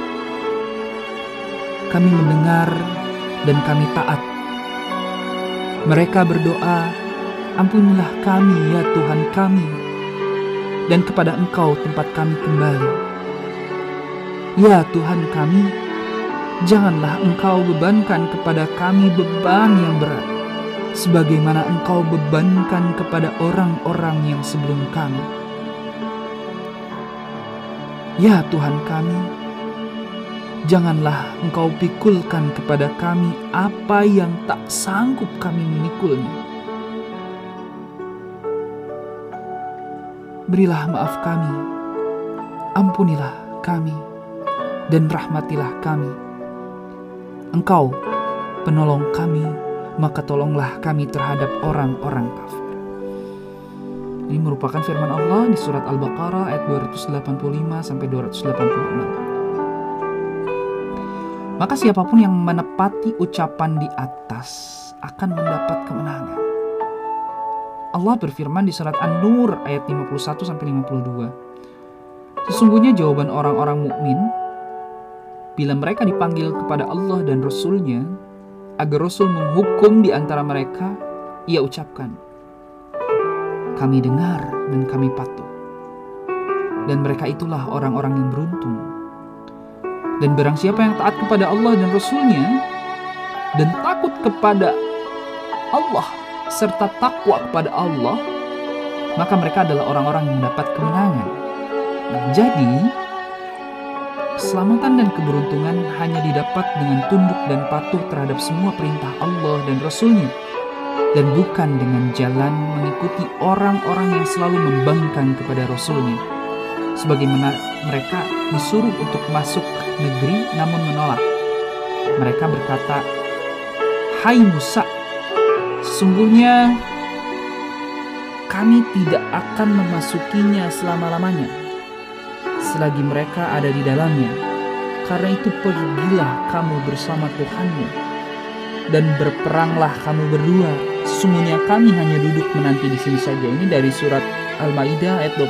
Speaker 1: kami mendengar dan kami taat. Mereka berdoa, ampunilah kami ya Tuhan kami, dan kepada Engkau tempat kami kembali. Ya Tuhan kami, janganlah Engkau bebankan kepada kami beban yang berat, sebagaimana Engkau bebankan kepada orang-orang yang sebelum kami. Ya Tuhan kami, janganlah Engkau pikulkan kepada kami apa yang tak sanggup kami memikulnya. Berilah maaf kami, ampunilah kami, dan rahmatilah kami. Engkau penolong kami, maka tolonglah kami terhadap orang-orang kafir. Ini merupakan firman Allah di surat Al-Baqarah ayat 285-286. Maka siapapun yang menepati ucapan di atas akan mendapat kemenangan. Allah berfirman di surat An-Nur ayat 51-52. Sesungguhnya jawaban orang-orang mukmin bila mereka dipanggil kepada Allah dan Rasul-Nya agar Rasul menghukum di antara mereka, ia ucapkan, kami dengar dan kami patuh. Dan mereka itulah orang-orang yang beruntung. Dan barang siapa yang taat kepada Allah dan Rasul-Nya dan takut kepada Allah serta takwa kepada Allah, maka mereka adalah orang-orang yang mendapat kemenangan. Nah, jadi keselamatan dan keberuntungan hanya didapat dengan tunduk dan patuh terhadap semua perintah Allah dan Rasul-Nya, dan bukan dengan jalan mengikuti orang-orang yang selalu membangkang kepada Rasul-Nya, sebagaimana mereka disuruh untuk masuk negeri namun menolak. Mereka berkata, hai Musa, sesungguhnya kami tidak akan memasukinya selama-lamanya selagi mereka ada di dalamnya. Karena itu pergilah kamu bersama Tuhanmu dan berperanglah kamu berdua. Sesungguhnya kami hanya duduk menanti di sini saja. Ini dari surat Al-Maidah ayat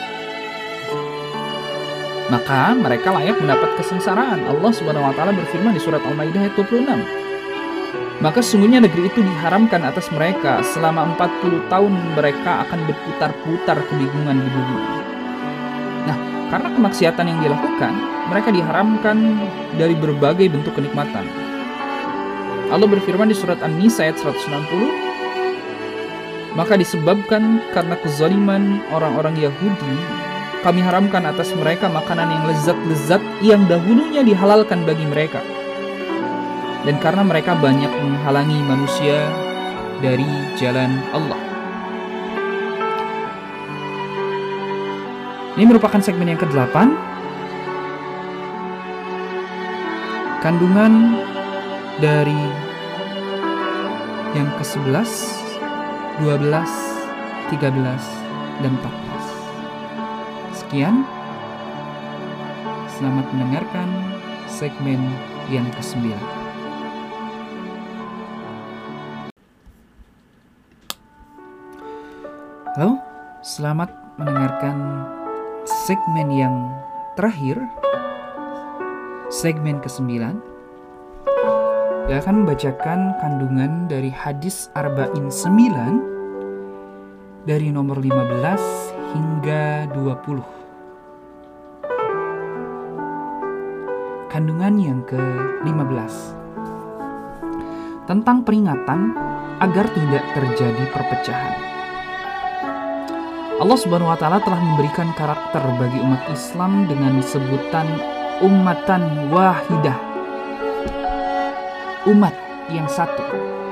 Speaker 1: 24. Maka mereka layak mendapat kesengsaraan. Allah Subhanahu wa taala berfirman di surat Al-Maidah ayat 26. Maka sesungguhnya negeri itu diharamkan atas mereka. Selama 40 tahun mereka akan berputar-putar kebingungan di bumi. Nah, karena kemaksiatan yang dilakukan, mereka diharamkan dari berbagai bentuk kenikmatan. Allah berfirman di surat An-Nisa ayat 160, maka disebabkan karena kezaliman orang-orang Yahudi, kami haramkan atas mereka makanan yang lezat-lezat yang dahulunya dihalalkan bagi mereka. Dan karena mereka banyak menghalangi manusia dari jalan Allah. Ini merupakan segmen yang ke-8. Kandungan dari yang ke-11, 12, 13, dan 14. Sekian. Selamat mendengarkan segmen yang ke-9. Halo, selamat mendengarkan segmen yang terakhir, segmen ke-9, Saya akan membacakan kandungan dari hadis Arba'in 9 dari nomor 15 hingga 20. Kandungan yang ke-15 tentang peringatan agar tidak terjadi perpecahan. Allah Subhanahu wa Ta'ala telah memberikan karakter bagi umat Islam dengan sebutan ummatan wahidah, umat yang satu.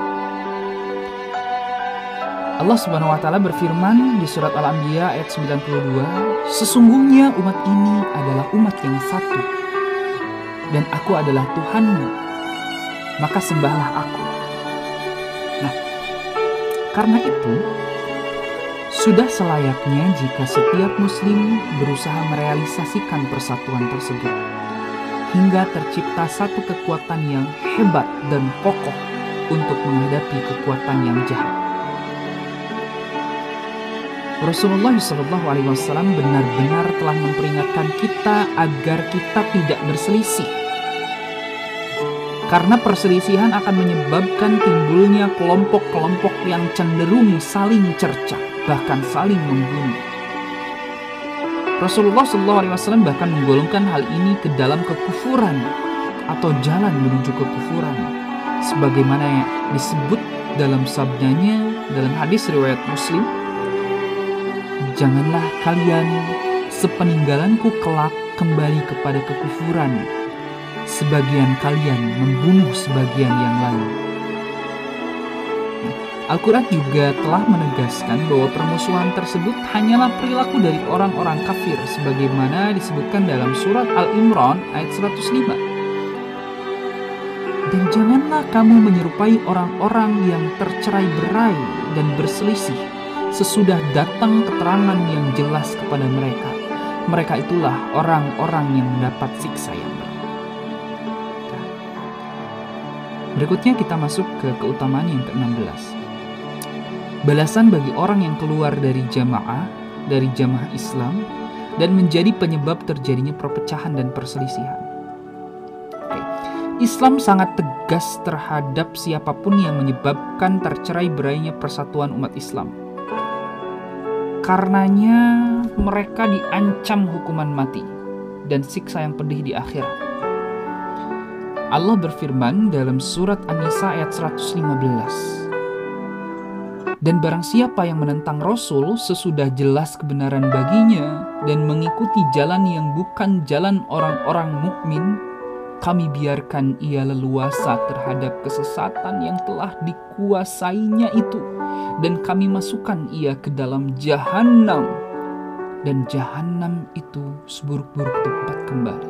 Speaker 1: Allah Subhanahu wa Ta'ala berfirman di surat Al-Anbiya ayat 92, sesungguhnya umat ini adalah umat yang satu, dan aku adalah Tuhanmu, maka sembahlah aku. Nah, karena itu sudah selayaknya jika setiap muslim berusaha merealisasikan persatuan tersebut hingga tercipta satu kekuatan yang hebat dan kokoh untuk menghadapi kekuatan yang jahat. Rasulullah SAW benar-benar telah memperingatkan kita agar kita tidak berselisih, karena perselisihan akan menyebabkan timbulnya kelompok-kelompok yang cenderung saling cercah, bahkan saling membunuh. Rasulullah SAW bahkan menggolongkan hal ini ke dalam kekufuran atau jalan menuju kekufuran, sebagaimana disebut dalam sabdanya dalam hadis riwayat Muslim, janganlah kalian sepeninggalanku kelak kembali kepada kekufuran, sebagian kalian membunuh sebagian yang lain. Al-Quran juga telah menegaskan bahwa permusuhan tersebut hanyalah perilaku dari orang-orang kafir, sebagaimana disebutkan dalam surat Al-Imran ayat 105. Dan janganlah kamu menyerupai orang-orang yang tercerai-berai dan berselisih sesudah datang keterangan yang jelas kepada mereka. Mereka itulah orang-orang yang mendapat siksa yang berat. Berikutnya kita masuk ke keutamaan yang ke-16. Balasan bagi orang yang keluar dari jamaah Islam dan menjadi penyebab terjadinya perpecahan dan perselisihan. Islam sangat tegas terhadap siapapun yang menyebabkan tercerai-berainya persatuan umat Islam. Karenanya mereka diancam hukuman mati dan siksa yang pedih di akhirat. Allah berfirman dalam surat An-Nisa ayat 115. Dan barang siapa yang menentang Rasul sesudah jelas kebenaran baginya dan mengikuti jalan yang bukan jalan orang-orang mukmin, kami biarkan ia leluasa terhadap kesesatan yang telah dikuasainya itu, dan kami masukkan ia ke dalam jahanam, dan jahanam itu seburuk-buruk tempat kembali.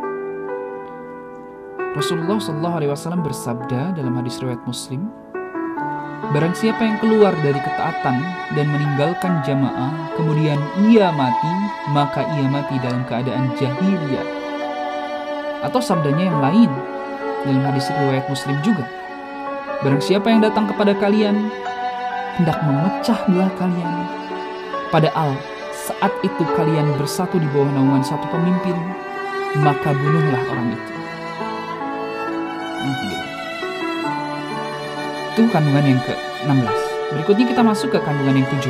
Speaker 1: Rasulullah SAW bersabda dalam hadis riwayat Muslim, barang siapa yang keluar dari ketaatan dan meninggalkan jamaah, kemudian ia mati, maka ia mati dalam keadaan jahiliyah. Atau sabdanya yang lain dalam hadis riwayat Muslim juga, barang siapa yang datang kepada kalian hendak memecah belah kalian, padahal saat itu kalian bersatu di bawah naungan satu pemimpin, maka bunuhlah orang itu. Itu kandungan yang ke-16. Berikutnya kita masuk ke kandungan yang 17.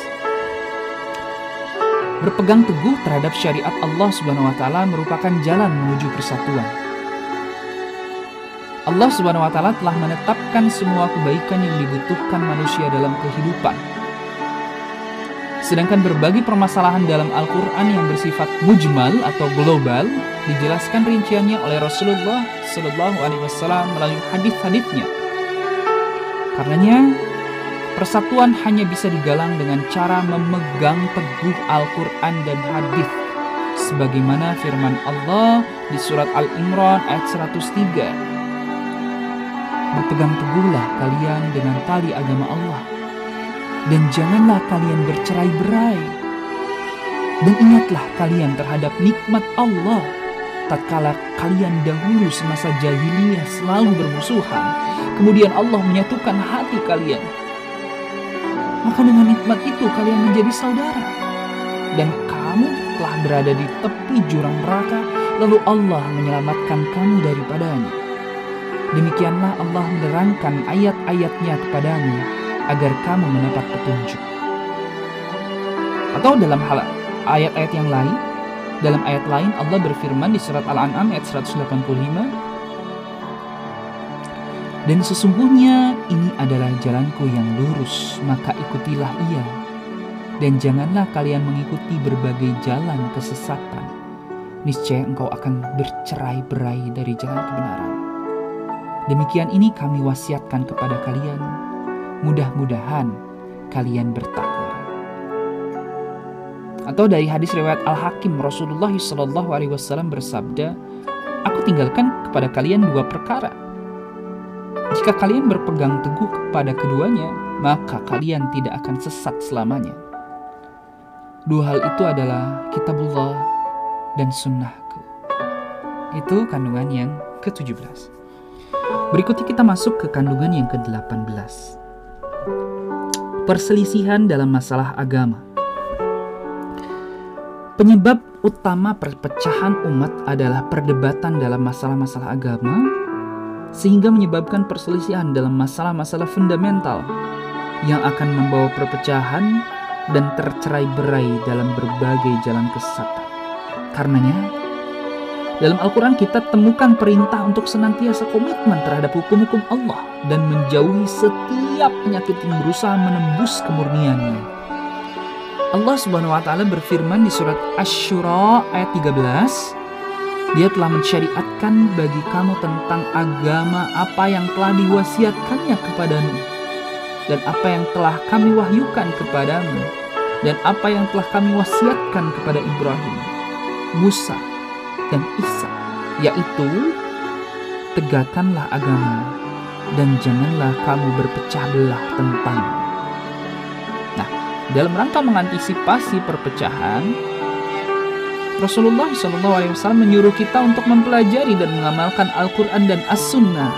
Speaker 1: Berpegang teguh terhadap syariat Allah Subhanahu wa Ta'ala merupakan jalan menuju persatuan. Allah Subhanahu wa Ta'ala telah menetapkan semua kebaikan yang dibutuhkan manusia dalam kehidupan. Sedangkan berbagai permasalahan dalam Al-Quran yang bersifat mujmal atau global dijelaskan rinciannya oleh Rasulullah SAW melalui hadis-hadisnya. Karenanya, persatuan hanya bisa digalang dengan cara memegang teguh Al-Quran dan hadis, sebagaimana firman Allah di surat Al-Imran ayat 103. Berpegang teguhlah kalian dengan tali agama Allah, dan janganlah kalian bercerai-berai. Dan ingatlah kalian terhadap nikmat Allah tatkala kalian dahulu semasa jahiliyah selalu bermusuhan, kemudian Allah menyatukan hati kalian. Maka dengan nikmat itu kalian menjadi saudara, dan kamu telah berada di tepi jurang neraka, lalu Allah menyelamatkan kamu daripadanya. Demikianlah Allah menerangkan ayat-ayatnya kepadamu agar kamu mendapat petunjuk. Atau dalam ayat-ayat yang lain, dalam ayat lain Allah berfirman di surat Al-An'am ayat 185, dan sesungguhnya ini adalah jalanku yang lurus, maka ikutilah ia. Dan janganlah kalian mengikuti berbagai jalan kesesatan. Niscaya engkau akan bercerai-berai dari jalan kebenaran. Demikian ini kami wasiatkan kepada kalian. Mudah-mudahan kalian bertakwa. Atau dari hadis riwayat Al-Hakim, Rasulullah SAW bersabda, aku tinggalkan kepada kalian 2 perkara. Jika kalian berpegang teguh kepada keduanya, maka kalian tidak akan sesat selamanya. 2 hal itu adalah kitabullah dan sunnahku. Itu kandungan yang ke-17. Berikutnya kita masuk ke kandungan yang ke-18. Perselisihan dalam masalah agama. Penyebab utama perpecahan umat adalah perdebatan dalam masalah-masalah agama, sehingga menyebabkan perselisihan dalam masalah-masalah fundamental yang akan membawa perpecahan dan tercerai-berai dalam berbagai jalan kesesatan. Karenanya, dalam Al-Quran kita temukan perintah untuk senantiasa komitmen terhadap hukum-hukum Allah dan menjauhi setiap penyakit yang berusaha menembus kemurniannya. Allah Subhanahu wa Ta'ala berfirman di surat Asy-Syura ayat 13, Dia telah mensyariatkan bagi kamu tentang agama apa yang telah diwasiatkannya kepadamu, dan apa yang telah kami wahyukan kepadamu, dan apa yang telah kami wasiatkan kepada Ibrahim, Musa, dan Isa, yaitu tegakkanlah agama dan janganlah kamu berpecah belah tentangnya. Nah, dalam rangka mengantisipasi perpecahan, Rasulullah SAW menyuruh kita untuk mempelajari dan mengamalkan Al-Quran dan As-Sunnah.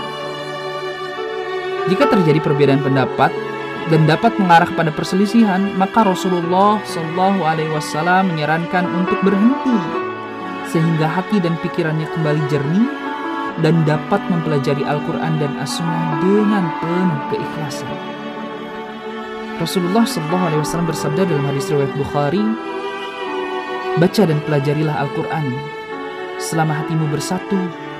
Speaker 1: Jika terjadi perbedaan pendapat dan dapat mengarah kepada perselisihan, maka Rasulullah SAW menyarankan untuk berhenti sehingga hati dan pikirannya kembali jernih dan dapat mempelajari Al-Quran dan As-Sunnah dengan penuh keikhlasan. Rasulullah SAW bersabda dalam hadis riwayat Bukhari, baca dan pelajarilah Al-Quran selama hatimu bersatu.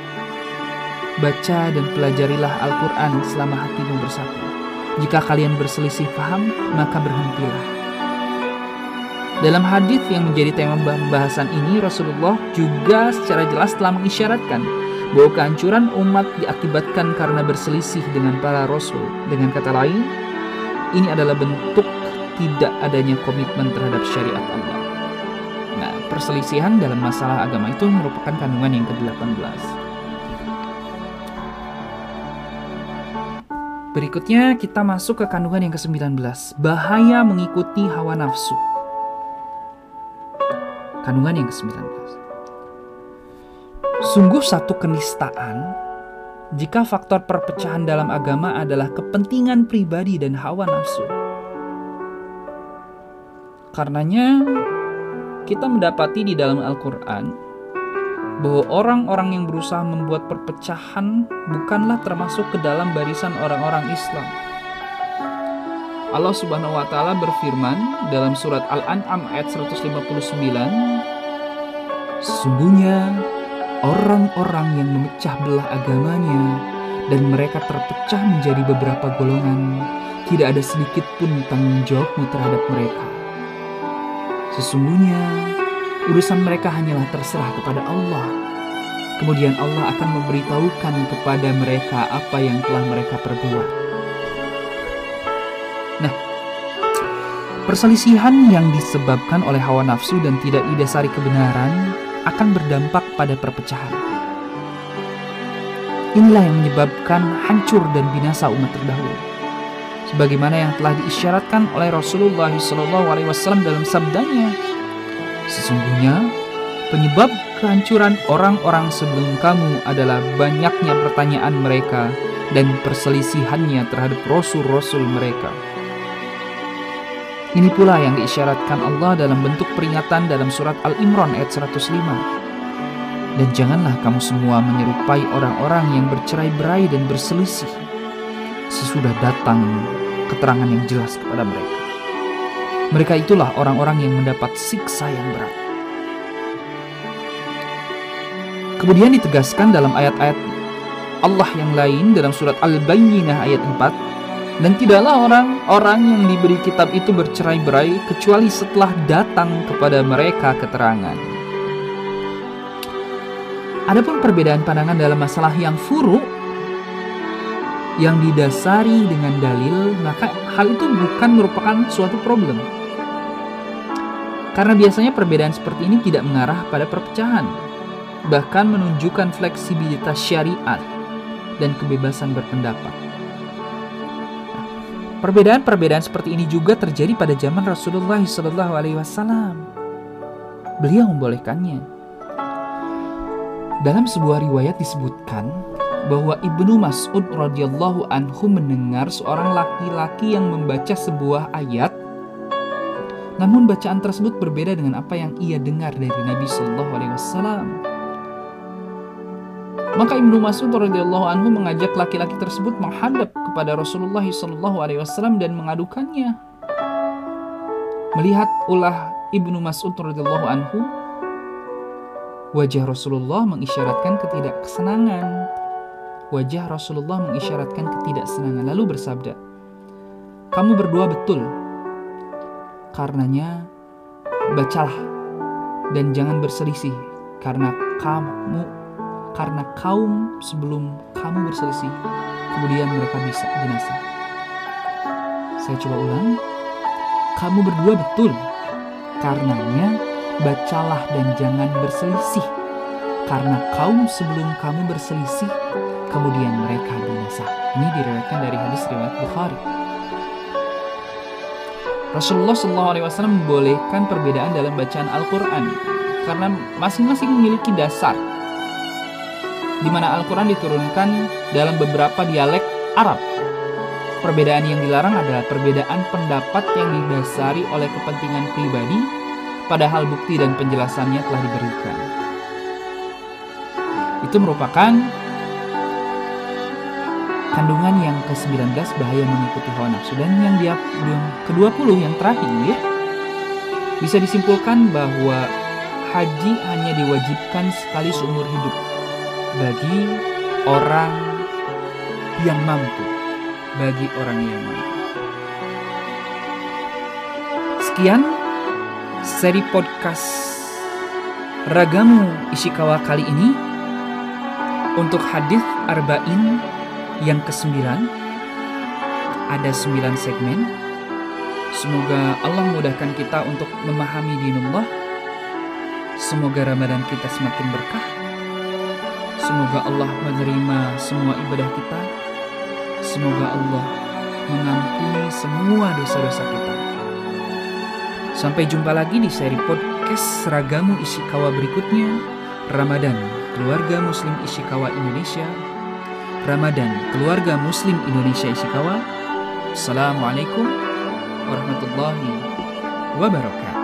Speaker 1: Baca dan pelajarilah Al-Quran selama hatimu bersatu. Jika kalian berselisih paham, maka berhentilah. Dalam hadis yang menjadi tema pembahasan ini, Rasulullah juga secara jelas telah mengisyaratkan bahwa kehancuran umat diakibatkan karena berselisih dengan para rasul. Dengan kata lain, ini adalah bentuk tidak adanya komitmen terhadap syariat Allah. Nah, perselisihan dalam masalah agama itu merupakan kandungan yang ke-18. Berikutnya kita masuk ke kandungan yang ke-19, bahaya mengikuti hawa nafsu. Kandungan yang ke-19. Sungguh satu kenistaan jika faktor perpecahan dalam agama adalah kepentingan pribadi dan hawa nafsu. Karenanya kita mendapati di dalam Al-Quran bahwa orang-orang yang berusaha membuat perpecahan bukanlah termasuk ke dalam barisan orang-orang Islam. Allah Subhanahu wa Ta'ala berfirman dalam surat Al-An'am ayat 159, sesungguhnya orang-orang yang memecah belah agamanya dan mereka terpecah menjadi beberapa golongan, tidak ada sedikit pun tanggung jawabmu terhadap mereka. Sesungguhnya urusan mereka hanyalah terserah kepada Allah. Kemudian Allah akan memberitahukan kepada mereka apa yang telah mereka perbuat. Nah, perselisihan yang disebabkan oleh hawa nafsu dan tidak didasari kebenaran akan berdampak pada perpecahan. Inilah yang menyebabkan hancur dan binasa umat terdahulu. Sebagaimana yang telah diisyaratkan oleh Rasulullah SAW dalam sabdanya, sesungguhnya penyebab kehancuran orang-orang sebelum kamu adalah banyaknya pertanyaan mereka dan perselisihannya terhadap rasul-rasul mereka. Ini pula yang diisyaratkan Allah dalam bentuk peringatan dalam surat Al-Imran ayat 105. Dan janganlah kamu semua menyerupai orang-orang yang bercerai-berai dan berselisih sesudah datang keterangan yang jelas kepada mereka. Mereka itulah orang-orang yang mendapat siksa yang berat. Kemudian ditegaskan dalam ayat-ayat Allah yang lain dalam surat Al-Bayyinah ayat 4, dan tidaklah orang-orang yang diberi kitab itu bercerai-berai kecuali setelah datang kepada mereka keterangan. Adapun perbedaan pandangan dalam masalah yang furu yang didasari dengan dalil, maka hal itu bukan merupakan suatu problem. Karena biasanya perbedaan seperti ini tidak mengarah pada perpecahan, bahkan menunjukkan fleksibilitas syariat dan kebebasan berpendapat. Perbedaan-perbedaan seperti ini juga terjadi pada zaman Rasulullah SAW. Beliau membolehkannya. Dalam sebuah riwayat disebutkan bahwa Ibnu Mas'ud radhiyallahu anhu mendengar seorang laki-laki yang membaca sebuah ayat, namun bacaan tersebut berbeda dengan apa yang ia dengar dari Nabi Shallallahu Alaihi Wasallam. Maka Ibnu Mas'ud radhiyallahu anhu mengajak laki-laki tersebut menghadap kepada Rasulullah Shallallahu Alaihi Wasallam dan mengadukannya. Melihat ulah Ibnu Mas'ud radhiyallahu anhu, wajah Rasulullah mengisyaratkan ketidaksenangan. Wajah Rasulullah mengisyaratkan ketidaksenangan, lalu bersabda, "Kamu berdua betul. Karenanya bacalah dan jangan berselisih, karena kaum sebelum kamu berselisih, kemudian mereka bisa binasa." Saya coba ulang. Kamu berdua betul. Karenanya bacalah dan jangan berselisih, karena kaum sebelum kamu berselisih, kemudian mereka binasa. Ini diriwayatkan dari hadis riwayat Bukhari. Rasulullah SAW membolehkan perbedaan dalam bacaan Al-Quran karena masing-masing memiliki dasar, di mana Al-Quran diturunkan dalam beberapa dialek Arab. Perbedaan yang dilarang adalah perbedaan pendapat yang didasari oleh kepentingan pribadi, padahal bukti dan penjelasannya telah diberikan. Itu merupakan kandungan yang ke-19, bahaya mengikuti hawa nafsu. Dan yang ke-20 yang terakhir, bisa disimpulkan bahwa haji hanya diwajibkan sekali seumur hidup bagi orang yang mampu. Sekian seri podcast Ragamu Ishikawa kali ini untuk hadits arba'in yang ke-9. Ada 9 segmen. Semoga Allah memudahkan kita untuk memahami dinullah. Semoga Ramadan kita semakin berkah. Semoga Allah menerima semua ibadah kita. Semoga Allah mengampuni semua dosa-dosa kita. Sampai jumpa lagi di seri podcast Ragamu Ishikawa berikutnya. Ramadan, Keluarga Muslim Ishikawa Indonesia. Ramadan, Keluarga Muslim Indonesia Ishikawa. Assalamualaikum warahmatullahi wabarakatuh.